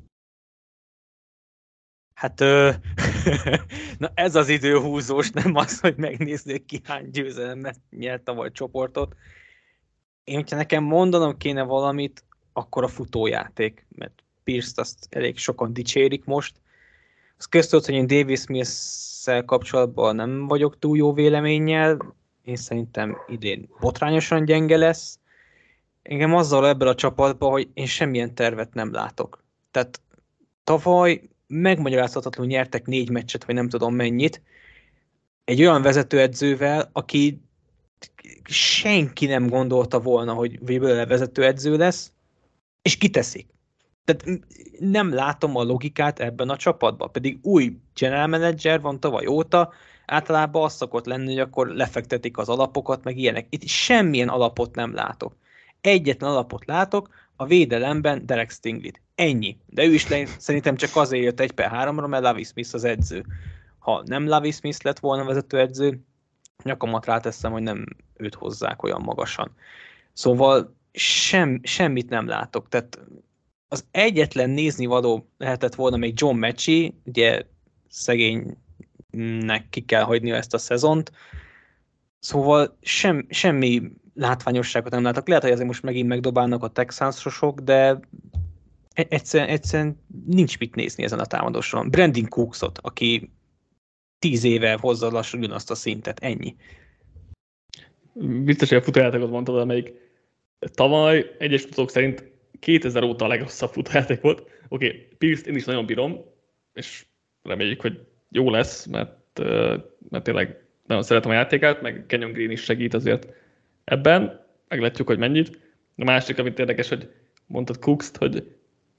C: Hát ö, na ez az időhúzós, nem az, hogy megnézzük ki hány győzelmet nyert tavaly csoportot. Én, hogyha nekem mondanom kéne valamit, akkor a futójáték, mert Pierce-t azt elég sokan dicsérik most. Az köztudott, hogy én Davis Mills-szel kapcsolatban nem vagyok túl jó véleménnyel, én szerintem idén botrányosan gyenge lesz. Engem azzal ebből a csapatban, hogy én semmilyen tervet nem látok. Tehát tavaly megmagyarázhatatlanul nyertek négy meccset, vagy nem tudom mennyit, egy olyan vezetőedzővel, aki senki nem gondolta volna, hogy belőle vezetőedző lesz, és kiteszik. Tehát nem látom a logikát ebben a csapatban, pedig új general manager van tavaly óta, általában az szokott lenni, hogy akkor lefektetik az alapokat, meg ilyenek. Itt semmilyen alapot nem látok. Egyetlen alapot látok, a védelemben Derek Stingley-t. Ennyi. De ő is le, szerintem csak azért jött egy per háromra, mert Lovie Smith az edző. Ha nem Lovie Smith lett volna vezetőedző, nyakamat ráteszem, hogy nem őt hozzák olyan magasan. Szóval sem, semmit nem látok. Tehát az egyetlen néznivaló lehetett volna még John Mechie, ugye szegénynek ki kell hagynia ezt a szezont, Szóval sem, semmi látványosságot nem látok. Lehet, hogy azért most megint megdobálnak a Texansosok, de egyszerűen, egyszerűen nincs mit nézni ezen a támadósoron. Brandon Cooksot, aki tíz éve hozza lassan ugyanazt a szintet, ennyi.
A: Biztos, hogy a futójátékot mondtad, amelyik tavaly egyes futók szerint kétezer óta a legrosszabb futójáték volt. Oké, okay, Pierce-t én is nagyon bírom, és reméljük, hogy jó lesz, mert, mert tényleg nagyon szeretem a játékát, meg Kenyon Green is segít azért ebben. Meglátjuk, hogy mennyit. A másik, amit érdekes, hogy mondtad Cooks-t, hogy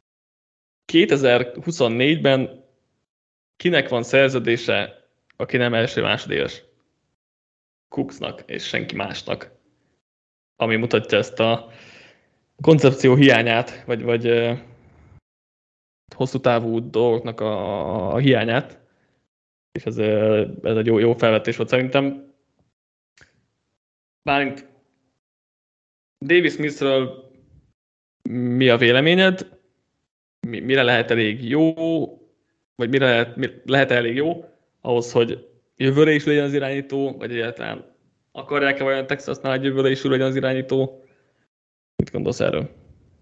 A: kétezer-huszonnégyben kinek van szerződése, aki nem első másodéves? Cooksnak és senki másnak. Ami mutatja ezt a koncepció hiányát, vagy, vagy uh, hosszú távú dolgoknak a, a hiányát. És ez, uh, ez egy jó, jó felvetés volt szerintem. Bálint, Davis Smithről mi a véleményed? Mi, mire lehet elég jó, vagy mire lehet, mire lehet elég jó ahhoz, hogy jövőre is legyen az irányító, vagy egyáltalán akarják-e vajon Texasnál, hogy jövőre is legyen az irányító? Mit gondolsz erről?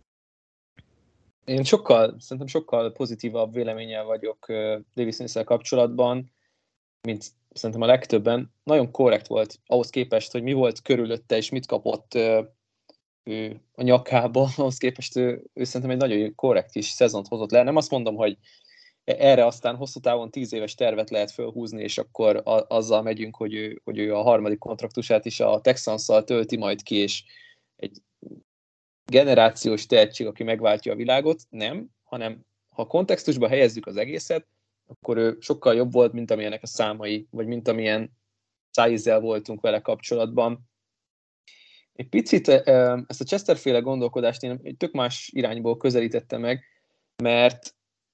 B: Én sokkal, szerintem sokkal pozitívabb véleménnyel vagyok Davis Smith-szel kapcsolatban, mint szerintem a legtöbben. Nagyon korrekt volt ahhoz képest, hogy mi volt körülötte, és mit kapott ő a nyakába, ahhoz képest ő, ő szerintem egy nagyon korrekt kis szezont hozott le. Nem azt mondom, hogy erre aztán hosszú távon tíz éves tervet lehet fölhúzni, és akkor a, azzal megyünk, hogy ő, hogy ő a harmadik kontraktusát is a Texansszal tölti majd ki, és egy generációs tehetség, aki megváltja a világot. Nem, hanem ha kontextusba helyezzük az egészet, akkor ő sokkal jobb volt, mint amilyenek a számai, vagy mint amilyen szájízzel voltunk vele kapcsolatban. Egy picit ezt a Chester-féle gondolkodást én egy tök más irányból közelítettem meg, mert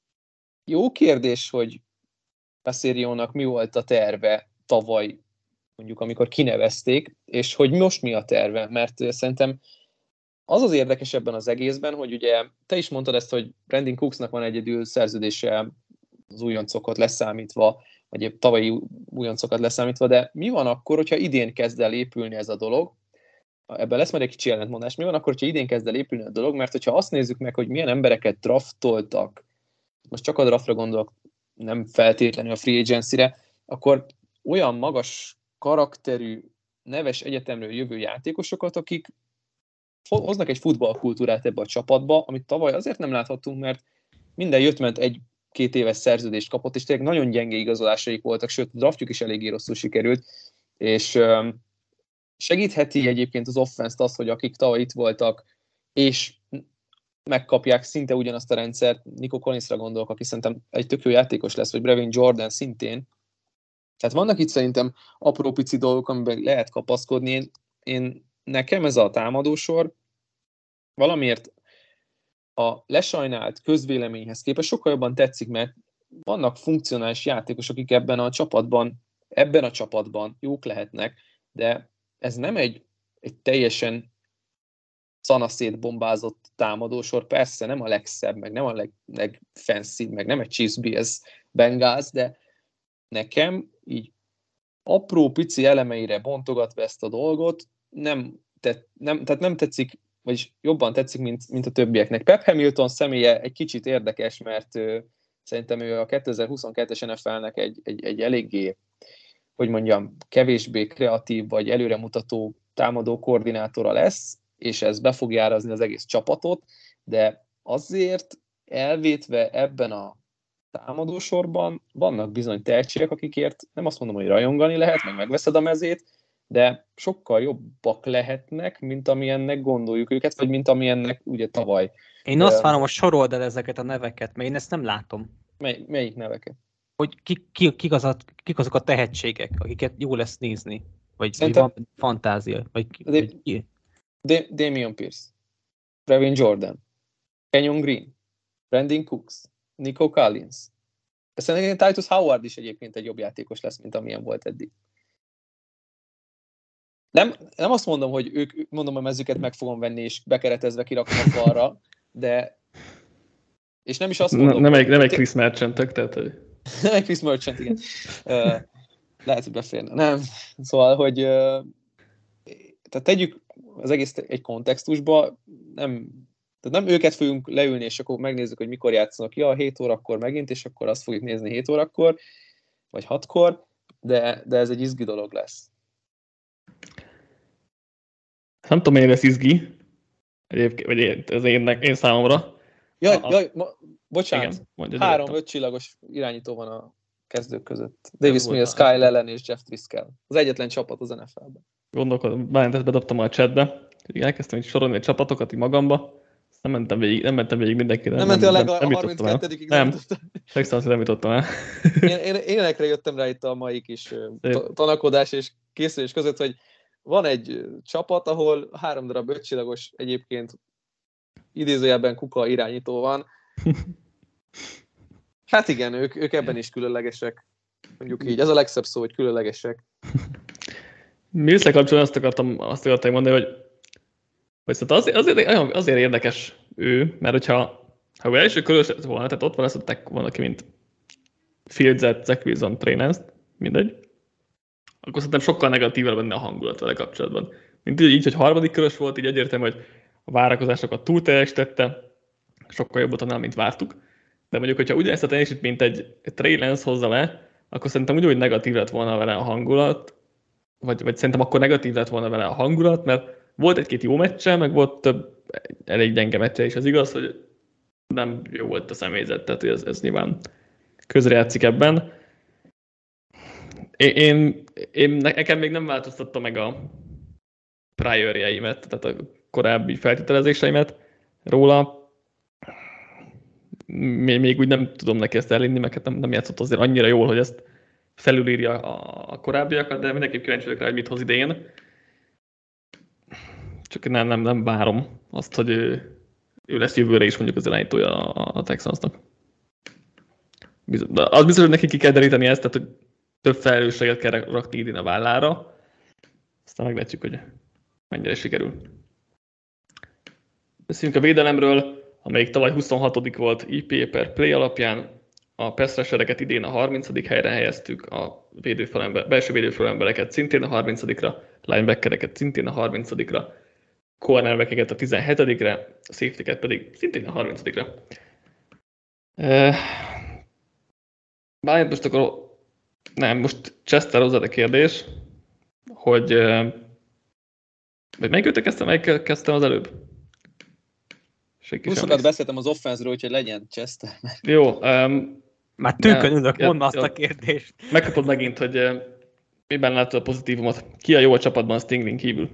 B: jó kérdés, hogy Casseriónak mi volt a terve tavaly, mondjuk amikor kinevezték, és hogy most mi a terve, mert szerintem az az érdekes ebben az egészben, hogy ugye te is mondtad ezt, hogy Brandon Cooksnak van egyedül szerződése az újoncokat leszámítva, vagy tavalyi újoncokat leszámítva, de mi van akkor, hogyha idén kezd el épülni ez a dolog? Ebben lesz majd egy kicsi ellentmondás. Mi van akkor, hogyha idén kezd el épülni a dolog? Mert hogyha azt nézzük meg, hogy milyen embereket draftoltak, most csak a draftra gondolok, nem feltétlenül a free agency-re, akkor olyan magas karakterű, neves egyetemről jövő játékosokat, akik hoznak egy futballkultúrát ebbe a csapatba, amit tavaly azért nem láthattunk, mert minden jött-ment egy-két éves szerződést kapott, és tényleg nagyon gyenge igazolásaik voltak, sőt, a draftjuk is eléggé rosszul sikerült, és segítheti egyébként az offense-t az, hogy akik tavaly itt voltak, és megkapják szinte ugyanazt a rendszert, Nico Collinsra gondolok, aki szerintem egy tök jó játékos lesz, vagy Brevin Jordan szintén. Tehát vannak itt szerintem apró pici dolgok, amiben lehet kapaszkodni. Én, én nekem ez a támadósor valamiért a lesajnált közvéleményhez képest sokkal jobban tetszik, mert vannak funkcionális játékosok, akik ebben a csapatban, ebben a csapatban jók lehetnek, de ez nem egy, egy teljesen szanaszét bombázott támadósor, persze nem a legszebb, meg nem a leg, legfancybb, meg nem egy Chiefs Bills Bengals, de nekem így apró pici elemeire bontogatva ezt a dolgot, nem, te, nem, tehát nem tetszik, vagyis jobban tetszik, mint, mint a többieknek. Pep Hamilton személye egy kicsit érdekes, mert ő, szerintem ő a kétezer-huszonkettes en ef el-nek egy, egy, egy eléggé, hogy mondjam, kevésbé kreatív vagy előremutató támadó koordinátora lesz, és ez be fog járazni az egész csapatot, de azért elvétve ebben a támadósorban vannak bizony tehetségek, akikért nem azt mondom, hogy rajongani lehet, meg megveszed a mezét, de sokkal jobbak lehetnek, mint amilyennek gondoljuk őket, vagy mint amilyennek ugye tavaly.
C: Én azt várom, hogy sorold el ezeket a neveket, mert én ezt nem látom.
B: Mely, melyik neveket?
C: Hogy ki, ki, kik, az a, kik azok a tehetségek, akiket jó lesz nézni, vagy, vagy van fantázia, vagy,
B: de,
C: vagy ki?
B: De, Damian Pierce, Brevin Jordan, Kenyon Green, Brandon Cooks, Nico Collins. Szerintem Titus Howard is egyébként egy jobb játékos lesz, mint amilyen volt eddig. Nem, nem azt mondom, hogy ők, mondom, a mezőket meg fogom venni, és bekeretezve kirakom a falra, de és nem is azt mondom...
A: Nem egy, nem egy Chris Merchant-ök, tehát...
B: Nem egy Chris Merchant, igen. Uh, lehet, hogy beférne. Nem. Szóval, hogy uh, tehát tegyük az egész egy kontextusba, nem, tehát nem őket fogunk leülni, és akkor megnézzük, hogy mikor játszanak. Ja, hét órakor megint, és akkor azt fogjuk nézni hét órakor, vagy hatkor, de, de ez egy izgi dolog lesz.
A: Nem tudom, miért lesz izgi, egyébként, vagy ez én, én számomra.
B: Jaj,
A: a,
B: jaj ma, bocsánat, három-öt csillagos irányító van a kezdők között. Davis Mills, Kyle Allen és Jeff Driscoll. Az egyetlen csapat az en ef el-ben.
A: Gondolkodom, bármint ezt bedobtam a chatbe, elkezdtem így sorolni a csapatokat így magamba, nem mentem végig, nem mentem végig mindenkire.
B: Nem mentél a legalább a harminckettedik
A: Nem, Texans nem jutottam el.
B: Én, én, énekre jöttem rá itt a mai kis tanakodás és készülés között, hogy van egy csapat, ahol három darab ötcsillagos egyébként idézőjelben kuka irányító van. Hát igen, ők, ők ebben is különlegesek. Mondjuk így, ez a legszebb szó, hogy különlegesek.
A: Mills-le kapcsolatban azt akartam, azt akartam mondani, hogy, hogy azért, azért, azért érdekes ő, mert hogyha ha ő első körös volna, tehát ott választották volna ki, mint Fields-et, Zach Wilson, Trey Lance-t, mindegy, akkor szerintem sokkal negatívabb lenne a hangulat vele kapcsolatban. Mint így, hogy harmadik körös volt, így egyértelmű, hogy a várakozásokat túlteljesítette, sokkal jobbat annál, mint vártuk. De mondjuk, hogyha ugyanezt a teljesítményt egy, egy Trey Lance hozza le, akkor szerintem ugyanúgy negatív lett volna vele a hangulat, vagy, vagy szerintem akkor negatív lett volna vele a hangulat, mert volt egy-két jó meccse, meg volt több elég gyenge meccse is. Az igaz, hogy nem jó volt a személyzet, tehát ez, ez nyilván közrejátszik ebben. Én, én, én nekem még nem változtatta meg a priorjeimet, tehát a korábbi feltételezéseimet róla. Még, még úgy nem tudom neki ezt elinni, meg hát nem, nem játszott azért annyira jól, hogy ezt felülírja a, a korábbiakat, de mindenképp kíváncsi vagyok rá, hogy mit hoz idén. Csak nem, nem, nem várom azt, hogy ő, ő lesz jövőre is mondjuk az irányítója a, a Texansnak. De az biztos, hogy neki ki kell deríteni ezt, tehát hogy több felelősséget kell rakni idén a vállára. Aztán meglátjuk, hogy mennyire sikerül. Beszéljünk a védelemről, amelyik tavaly huszonhatodik volt i pé per play alapján. A pass rushereket idén a harmincadik helyre helyeztük, a védőfalember, belső védőfalembereket szintén a harmincadikra, linebackereket szintén a harmincadikra, cornerbackeket a tizenhetedikre, a safetyket pedig szintén a harmincadikra. Bármint most akkor, nem, most Chester hozzá a kérdés, hogy vagy melyik ötök kezdtem, melyik kezdtem az előbb?
B: Túl sokat beszéltem az offense-ről, úgyhogy legyen Chester.
A: Jó. Um,
C: Már tűnkön ülök, mondd azt a kérdést.
A: Megkapod megint, hogy uh, miben látod a pozitívumot. Ki a jó a csapatban a Stinglin kívül?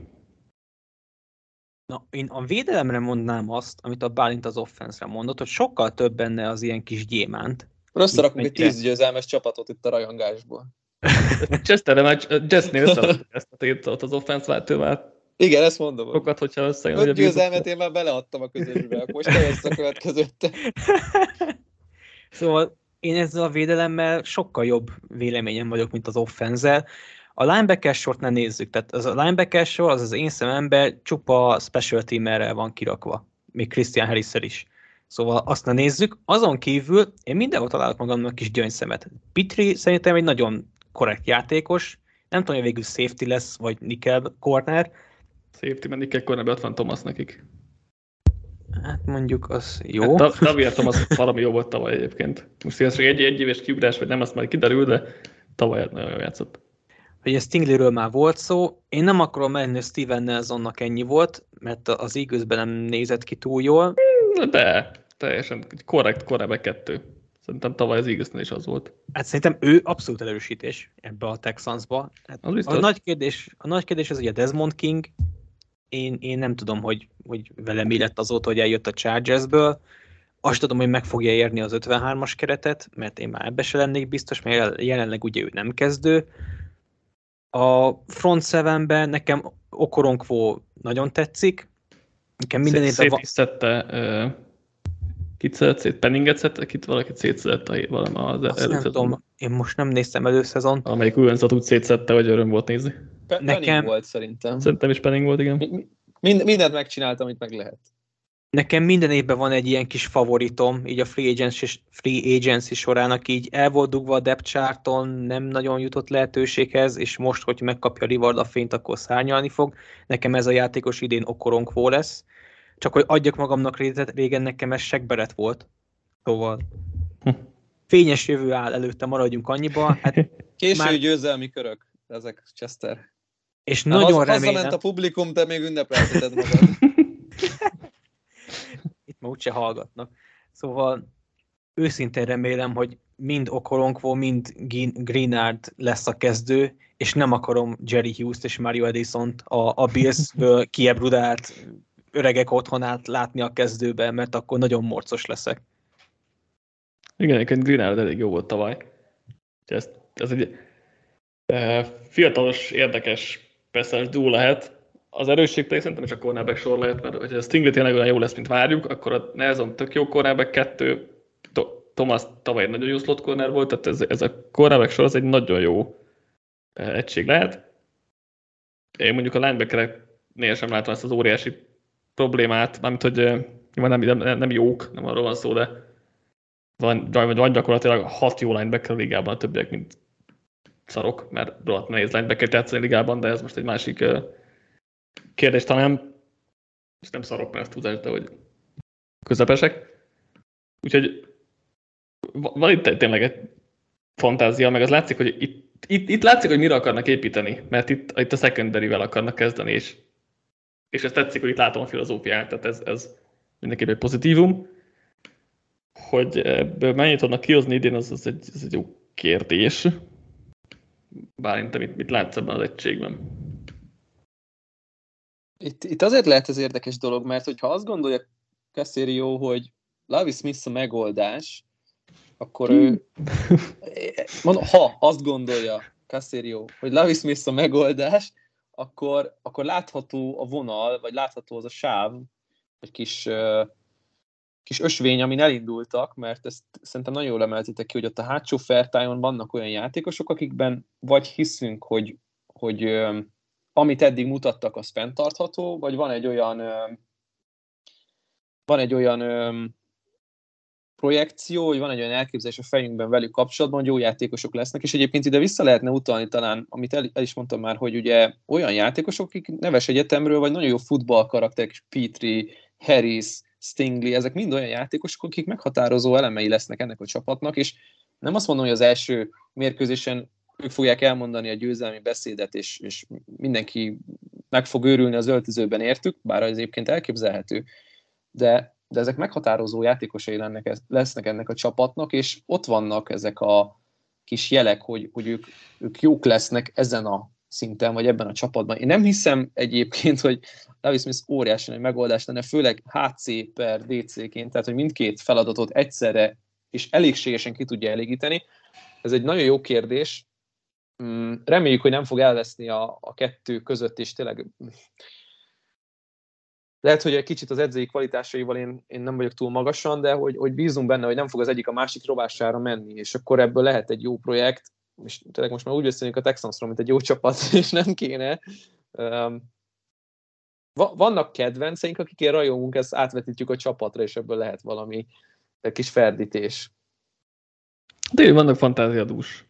C: Na, én a védelemre mondnám azt, amit a Bálint az offense-re mondott, hogy sokkal több benne az ilyen kis gyémánt.
B: Összerakunk egy tíz győzelmes csapatot itt a rajongásból.
A: Chesterre már Jessnél összeraktuk ezt a tét az offense váltővel.
B: Igen, ezt mondom.
A: Sokat, hogyha összejön.
B: Öt győzelmet én már beleadtam a közösbe, akkor most te jössz a következőt.
C: Szóval én ezzel a védelemmel sokkal jobb véleményem vagyok, mint az offense-zel. A linebacker sort ne nézzük, tehát az a linebacker sor az az én szememben csupa special teamerrel van kirakva, még Christian Harris-szel is. Szóval azt ne nézzük. Azon kívül én mindenhol találok magamnak kis gyöngyszemet. Pitre szerintem egy nagyon korrekt játékos, nem tudom, hogy végül safety lesz, vagy nickel corner.
A: Safety, mert nickel cornerben ott van Thomas nekik.
C: Hát mondjuk az jó.
A: Hát, Tavier Thomas valami jó volt tavaly egyébként. Most ez csak egy, egy éves kiugrás, vagy nem, azt majd kiderül, de tavaly nagyon jól játszott.
C: Hogy a Stingleyről már volt szó, én nem akarom menni, hogy Steven Nelsonnak ennyi volt, mert az Eaglesben nem nézett ki túl jól.
A: De, teljesen korrekt, korrekt kettő. Szerintem tavaly az Eaglesnél is az volt.
C: Hát szerintem ő abszolút erősítés ebbe a Texansba. Hát a, nagy kérdés, a nagy kérdés az ugye Desmond King. Én, én nem tudom, hogy, hogy vele mi lett azóta, hogy eljött a Chargersből. Azt tudom, hogy meg fogja érni az ötvenhármas keretet, mert én már ebbe se lennék biztos, mert jelenleg ugye ő nem kezdő. A front sevenben nekem Okoronkwo nagyon tetszik. Nekem minden
A: évben van... Szétszette, uh, kit szedett szét? Penninget szedett, kit valakit szétszedett a valami az
C: előszezonban. Nem tudom, én most nem néztem előszezont.
A: Amelyik újoncot úgy szétszedte, hogy öröm volt nézni.
B: Pe- nekem... Penning volt szerintem.
A: Szerintem is Penning volt, igen.
B: Mi, mind, mindent megcsináltam, amit meg lehet.
C: Nekem minden évben van egy ilyen kis favoritom, így a free agency, free agency során, aki így el volt dugva a depth charton, nem nagyon jutott lehetőséghez, és most, hogy megkapja a Rivard a fényt, akkor szárnyalni fog. Nekem ez a játékos idén Okoronkwo lesz. Csak hogy adjak magamnak rétet, régen nekem ez Shaq Barrett volt. Szóval fényes jövő áll előtte, maradjunk annyiba. Hát
B: Késő
C: már...
B: győzelmi körök, ezek, Chester.
C: És
B: hát
C: nagyon
B: haza,
C: remélem...
B: Hazament a publikum, te még ünnepelteted magad.
C: Itt ma úgyse hallgatnak. Szóval őszintén remélem, hogy mind Okoronkwo, mind Greenard lesz a kezdő, és nem akarom Jerry Hughes-t és Mario Addisont a, a Bills-ből kiebrudált öregek otthonát látni a kezdőbe, mert akkor nagyon morcos leszek.
A: Igen, egyébként Greenard elég jó volt tavaly. Ez, ez egy e, fiatalos, érdekes passzás duó lehet. Az erősség pedig szerintem csak cornerback sor lehet, mert hogyha a Stingley tényleg olyan jó lesz, mint várjuk, akkor a Nelson tök jó cornerback, kettő, Thomas tavaly egy nagyon jó slot corner volt, tehát ez, ez a cornerback sor az egy nagyon jó e, egység lehet. Én mondjuk a linebackereknél sem látom ezt az óriási problémát, mármint, hogy e, nem, nem, nem jók, nem arról van szó, de van, van gyakorlatilag hat jó linebacker a ligában, a többiek mint szarok, mert rohadt nehéz linebacker játszani a ligában, de ez most egy másik uh, kérdés talán. És nem szarok, mert ezt tudás, de hogy közepesek. Úgyhogy van itt tényleg egy fantázia, meg az látszik, hogy itt, itt, itt látszik, hogy mire akarnak építeni, mert itt, itt a secondary-vel akarnak kezdeni, és, és ezt tetszik, hogy itt látom a filozófiát, tehát ez, ez mindenképp egy pozitívum. Hogy ebből mennyit tudnak kihozni idén, az, az, egy, az egy jó kérdés. Bálint, mit, mit látsz ebben az egységben?
B: Itt, itt azért lehet ez érdekes dolog, mert hogyha azt gondolja Caserio, hogy Lovie Smith a megoldás, akkor ő, mondom, ha azt gondolja Caserio, hogy Lovie Smith a megoldás, akkor, akkor látható a vonal, vagy látható az a sáv, egy kis... kis ösvény, amin elindultak, mert ezt szerintem nagyon jól emeltétek ki, hogy ott a hátsó fairtime-on vannak olyan játékosok, akikben vagy hiszünk, hogy, hogy ö, amit eddig mutattak, az fenntartható, vagy van egy olyan ö, van egy olyan ö, projekció, hogy van egy olyan elképzelés a fejünkben velük kapcsolatban, hogy jó játékosok lesznek, és egyébként ide vissza lehetne utalni talán, amit el, el is mondtam már, hogy ugye olyan játékosok, akik neves egyetemről, vagy nagyon jó futballkarakterek, Petrie, Harris, Stingley, ezek mind olyan játékosok, akik meghatározó elemei lesznek ennek a csapatnak, és nem azt mondom, hogy az első mérkőzésen ők fogják elmondani a győzelmi beszédet, és, és mindenki meg fog őrülni az öltözőben értük, bár ez egyébként elképzelhető, de, de ezek meghatározó játékosai lennek, lesznek ennek a csapatnak, és ott vannak ezek a kis jelek, hogy, hogy ők, ők jók lesznek ezen a szinten, vagy ebben a csapatban. Én nem hiszem egyébként, hogy Lovie Smith óriási nagy megoldás lenne, főleg há cé per dé cé-ként, tehát hogy mindkét feladatot egyszerre és elégségesen ki tudja elégíteni. Ez egy nagyon jó kérdés. Reméljük, hogy nem fog elveszni a, a kettő között, és tényleg lehet, hogy egy kicsit az edzői kvalitásaival én, én nem vagyok túl magasan, de hogy, hogy bízunk benne, hogy nem fog az egyik a másik rovására menni, és akkor ebből lehet egy jó projekt, és tényleg most már úgy beszélünk a Texansról, mint egy jó csapat, és nem kéne. Um, vannak kedvenceink, akikért rajongunk, ezt átvetítjük a csapatra, és ebből lehet valami kis ferdítés.
A: De vannak fantáziadús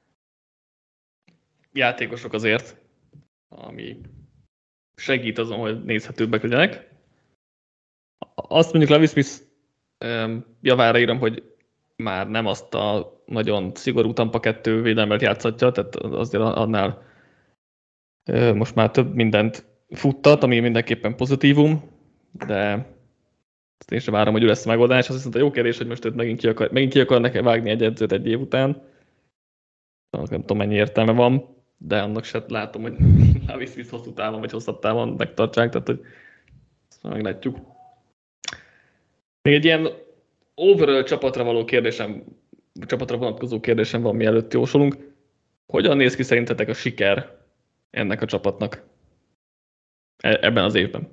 A: játékosok azért, ami segít azon, hogy nézhetőbbek legyenek. Azt mondjuk Lovie Smith um, javára írom, hogy már nem azt a nagyon szigorú Tampa kettő védelmet játszatja, tehát azért annál most már több mindent futtat, ami mindenképpen pozitívum, de ezt én sem várom, hogy ő lesz a megoldás. Az viszont a jó kérdés, hogy most őt megint ki akar, megint ki akar neki vágni egy edzőt egy év után. Nem tudom, mennyi értelme van, de annak se látom, hogy Lovie Smith hosszú távon vagy hosszabb távon megtartsák, tehát hogy ezt meglátjuk. Még egy ilyen overall csapatra való kérdésem, csapatra vonatkozó kérdésem van, mielőtt jósolunk. Hogyan néz ki szerintetek a siker ennek a csapatnak ebben az évben?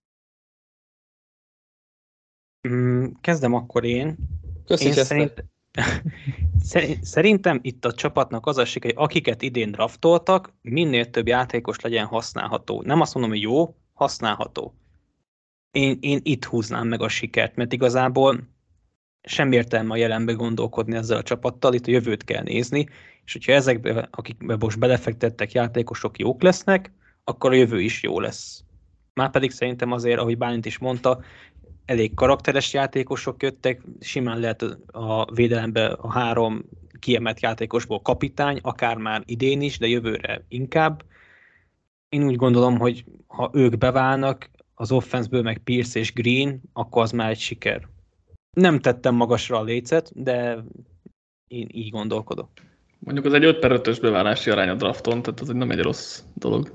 C: Kezdem akkor én.
B: Köszi,
C: én szerint... Szerintem itt a csapatnak az a siker, hogy akiket idén draftoltak, minél több játékos legyen használható. Nem azt mondom, hogy jó, használható. én, én itt húznám meg a sikert, mert igazából sem értelme a jelenbe gondolkodni ezzel a csapattal, itt a jövőt kell nézni, és hogyha ezekbe, akikbe most belefektettek játékosok jók lesznek, akkor a jövő is jó lesz. Márpedig szerintem azért, ahogy Bálint is mondta, elég karakteres játékosok jöttek, simán lehet a védelembe a három kiemelt játékosból kapitány, akár már idén is, de jövőre inkább. Én úgy gondolom, hogy ha ők beválnak, az offenszből meg Pierce és Green, akkor az már egy siker. Nem tettem magasra a lécet, de én így gondolkodok.
A: Mondjuk az egy öt per ötös beválási arány a drafton, tehát az nem egy rossz dolog.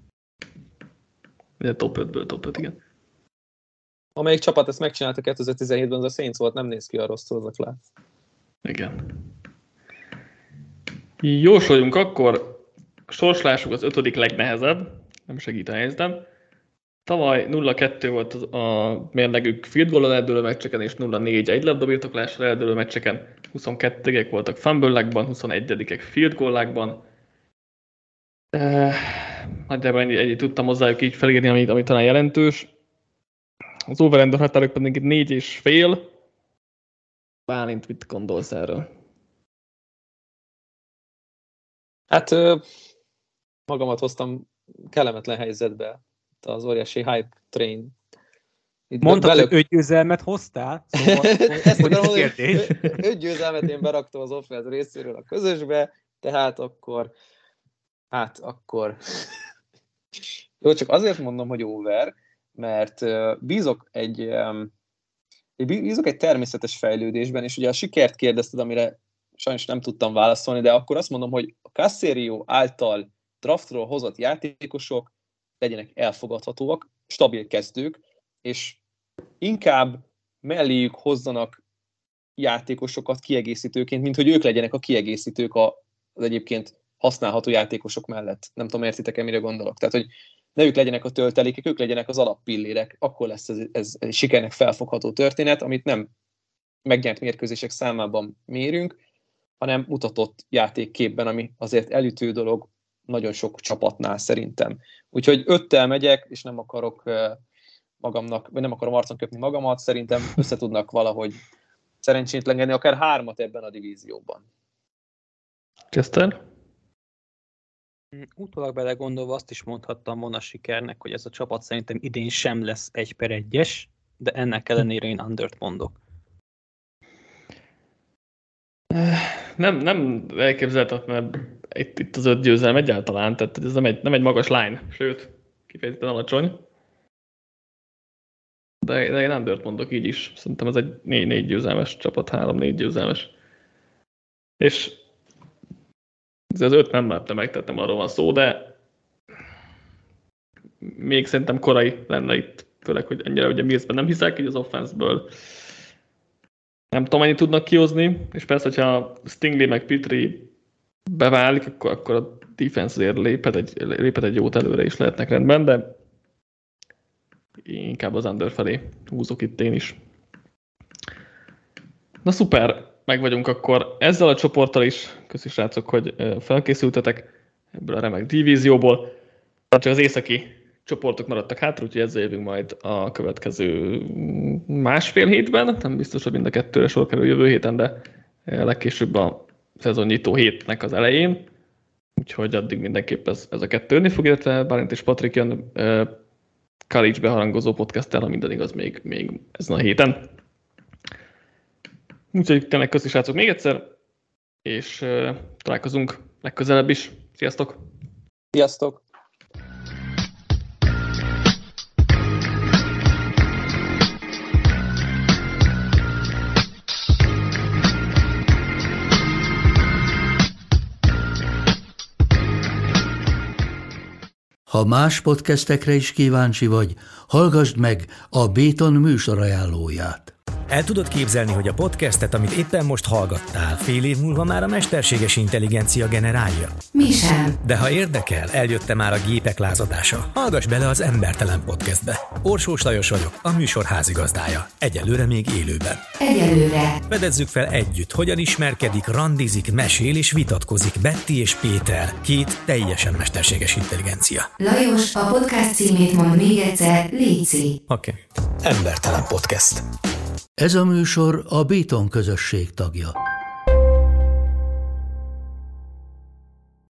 A: Ugye top ötből top öt, igen.
B: Amelyik csapat ezt megcsinálta kétezer-tizenhétben, az a Saints volt, nem néz ki a rosszul, az a klác.
A: Igen. Jósoljunk akkor, a sorslásuk az ötödik legnehezebb, nem segít a helyzetem. Tavaly nulla kettő volt a mérlegük field goal-on eldőlő meccseken, és nulla négy egy labdabirtoklásra eldőlő meccseken. huszonkettőek voltak fumble-lákban, huszonegyedikek field goal-lákban. Eh, nagyjából ennyit ennyi tudtam hozzájuk így felírni, ami, ami talán jelentős. Az over-under határok pedig négy és fél. Bálint, mit gondolsz erről?
B: Hát magamat hoztam kellemetlen helyzetbe. Az óriási hype train.
C: Itt mondtad, belök... hogy öt győzelmet hoztál? Szóval,
B: ezt akarom mondani, öt győzelmet én beraktam az offense részéről a közösbe, tehát akkor hát akkor jó, csak azért mondom, hogy over, mert bízok egy, bízok egy természetes fejlődésben, és ugye a sikert kérdezted, amire sajnos nem tudtam válaszolni, de akkor azt mondom, hogy a Caserio által draftról hozott játékosok legyenek elfogadhatóak, stabil kezdők, és inkább melléjük hozzanak játékosokat kiegészítőként, mint hogy ők legyenek a kiegészítők az egyébként használható játékosok mellett. Nem tudom, értitek-e, mire gondolok. Tehát, hogy ne ők legyenek a töltelékek, ők legyenek az alappillérek, akkor lesz ez, ez egy sikernek felfogható történet, amit nem megnyert mérkőzések számában mérünk, hanem mutatott játékképben, ami azért elütő dolog nagyon sok csapatnál szerintem. Úgyhogy öttel megyek, és nem akarok magamnak, vagy nem akarom arcon köpni magamat, szerintem összetudnak valahogy szerencsétlenkedni, akár hármat ebben a divízióban.
A: Chester?
C: Utólag belegondolva azt is mondhattam volna sikernek, hogy ez a csapat szerintem idén sem lesz egy per egyes, de ennek ellenére én undert mondok.
A: Nem, nem elképzelhetetlen, mert itt, itt az öt győzelem egyáltalán, tehát ez nem egy, nem egy magas line, sőt, kifejezetten alacsony. De, de én undert mondok így is. Szerintem ez egy négy győzelmes csapat, három-négy győzelmes. És ez az öt nem lepte meg, tehát nem arról van szó, de még szerintem korai lenne itt, főleg, hogy ennyire ugye Millsben nem hiszek, így az offense-ből nem tudom, mennyit tudnak kihozni, és persze, hogyha Stingley meg Petrie beválik, akkor, akkor a defense azért léphet egy, léphet egy jót előre is lehetnek rendben, de inkább az under felé húzok itt én is. Na szuper, meg vagyunk akkor ezzel a csoporttal is. Köszi srácok, hogy felkészültetek ebből a remek divízióból. Csak az északi csoportok maradtak hátra, úgyhogy ezzel jövünk majd a következő másfél hétben. Nem biztos, hogy mind a kettőre sor kerül jövő héten, de legkésőbb a szezonnyitó hétnek az elején. Úgyhogy addig mindenképp ez, ez a kettőni fog, illetve Bálint és Patrik jön college beharangozó podcasttel, ha minden igaz, még, még ezen a héten. Úgyhogy tényleg köszi srácok még egyszer, és uh, találkozunk legközelebb is. Sziasztok!
B: Sziasztok!
D: Ha más podcastekre is kíváncsi vagy, hallgassd meg a Béton műsor ajánlóját. El tudod képzelni, hogy a podcastet, amit éppen most hallgattál, fél év múlva már a mesterséges intelligencia generálja?
E: Mi sem.
D: De ha érdekel, eljött már a gépek lázadása. Hallgass bele az Embertelen Podcastbe. Orsós Lajos vagyok, a műsor házigazdája. Egyelőre még élőben.
E: Egyelőre.
D: Fedezzük fel együtt, hogyan ismerkedik, randizik, mesél és vitatkozik Betty és Péter, két teljesen mesterséges intelligencia.
E: Lajos, a podcast címét mond még egyszer, léci.
D: Oké. Okay. Embertelen Podcast.
F: Ez a műsor a Béton közösség tagja.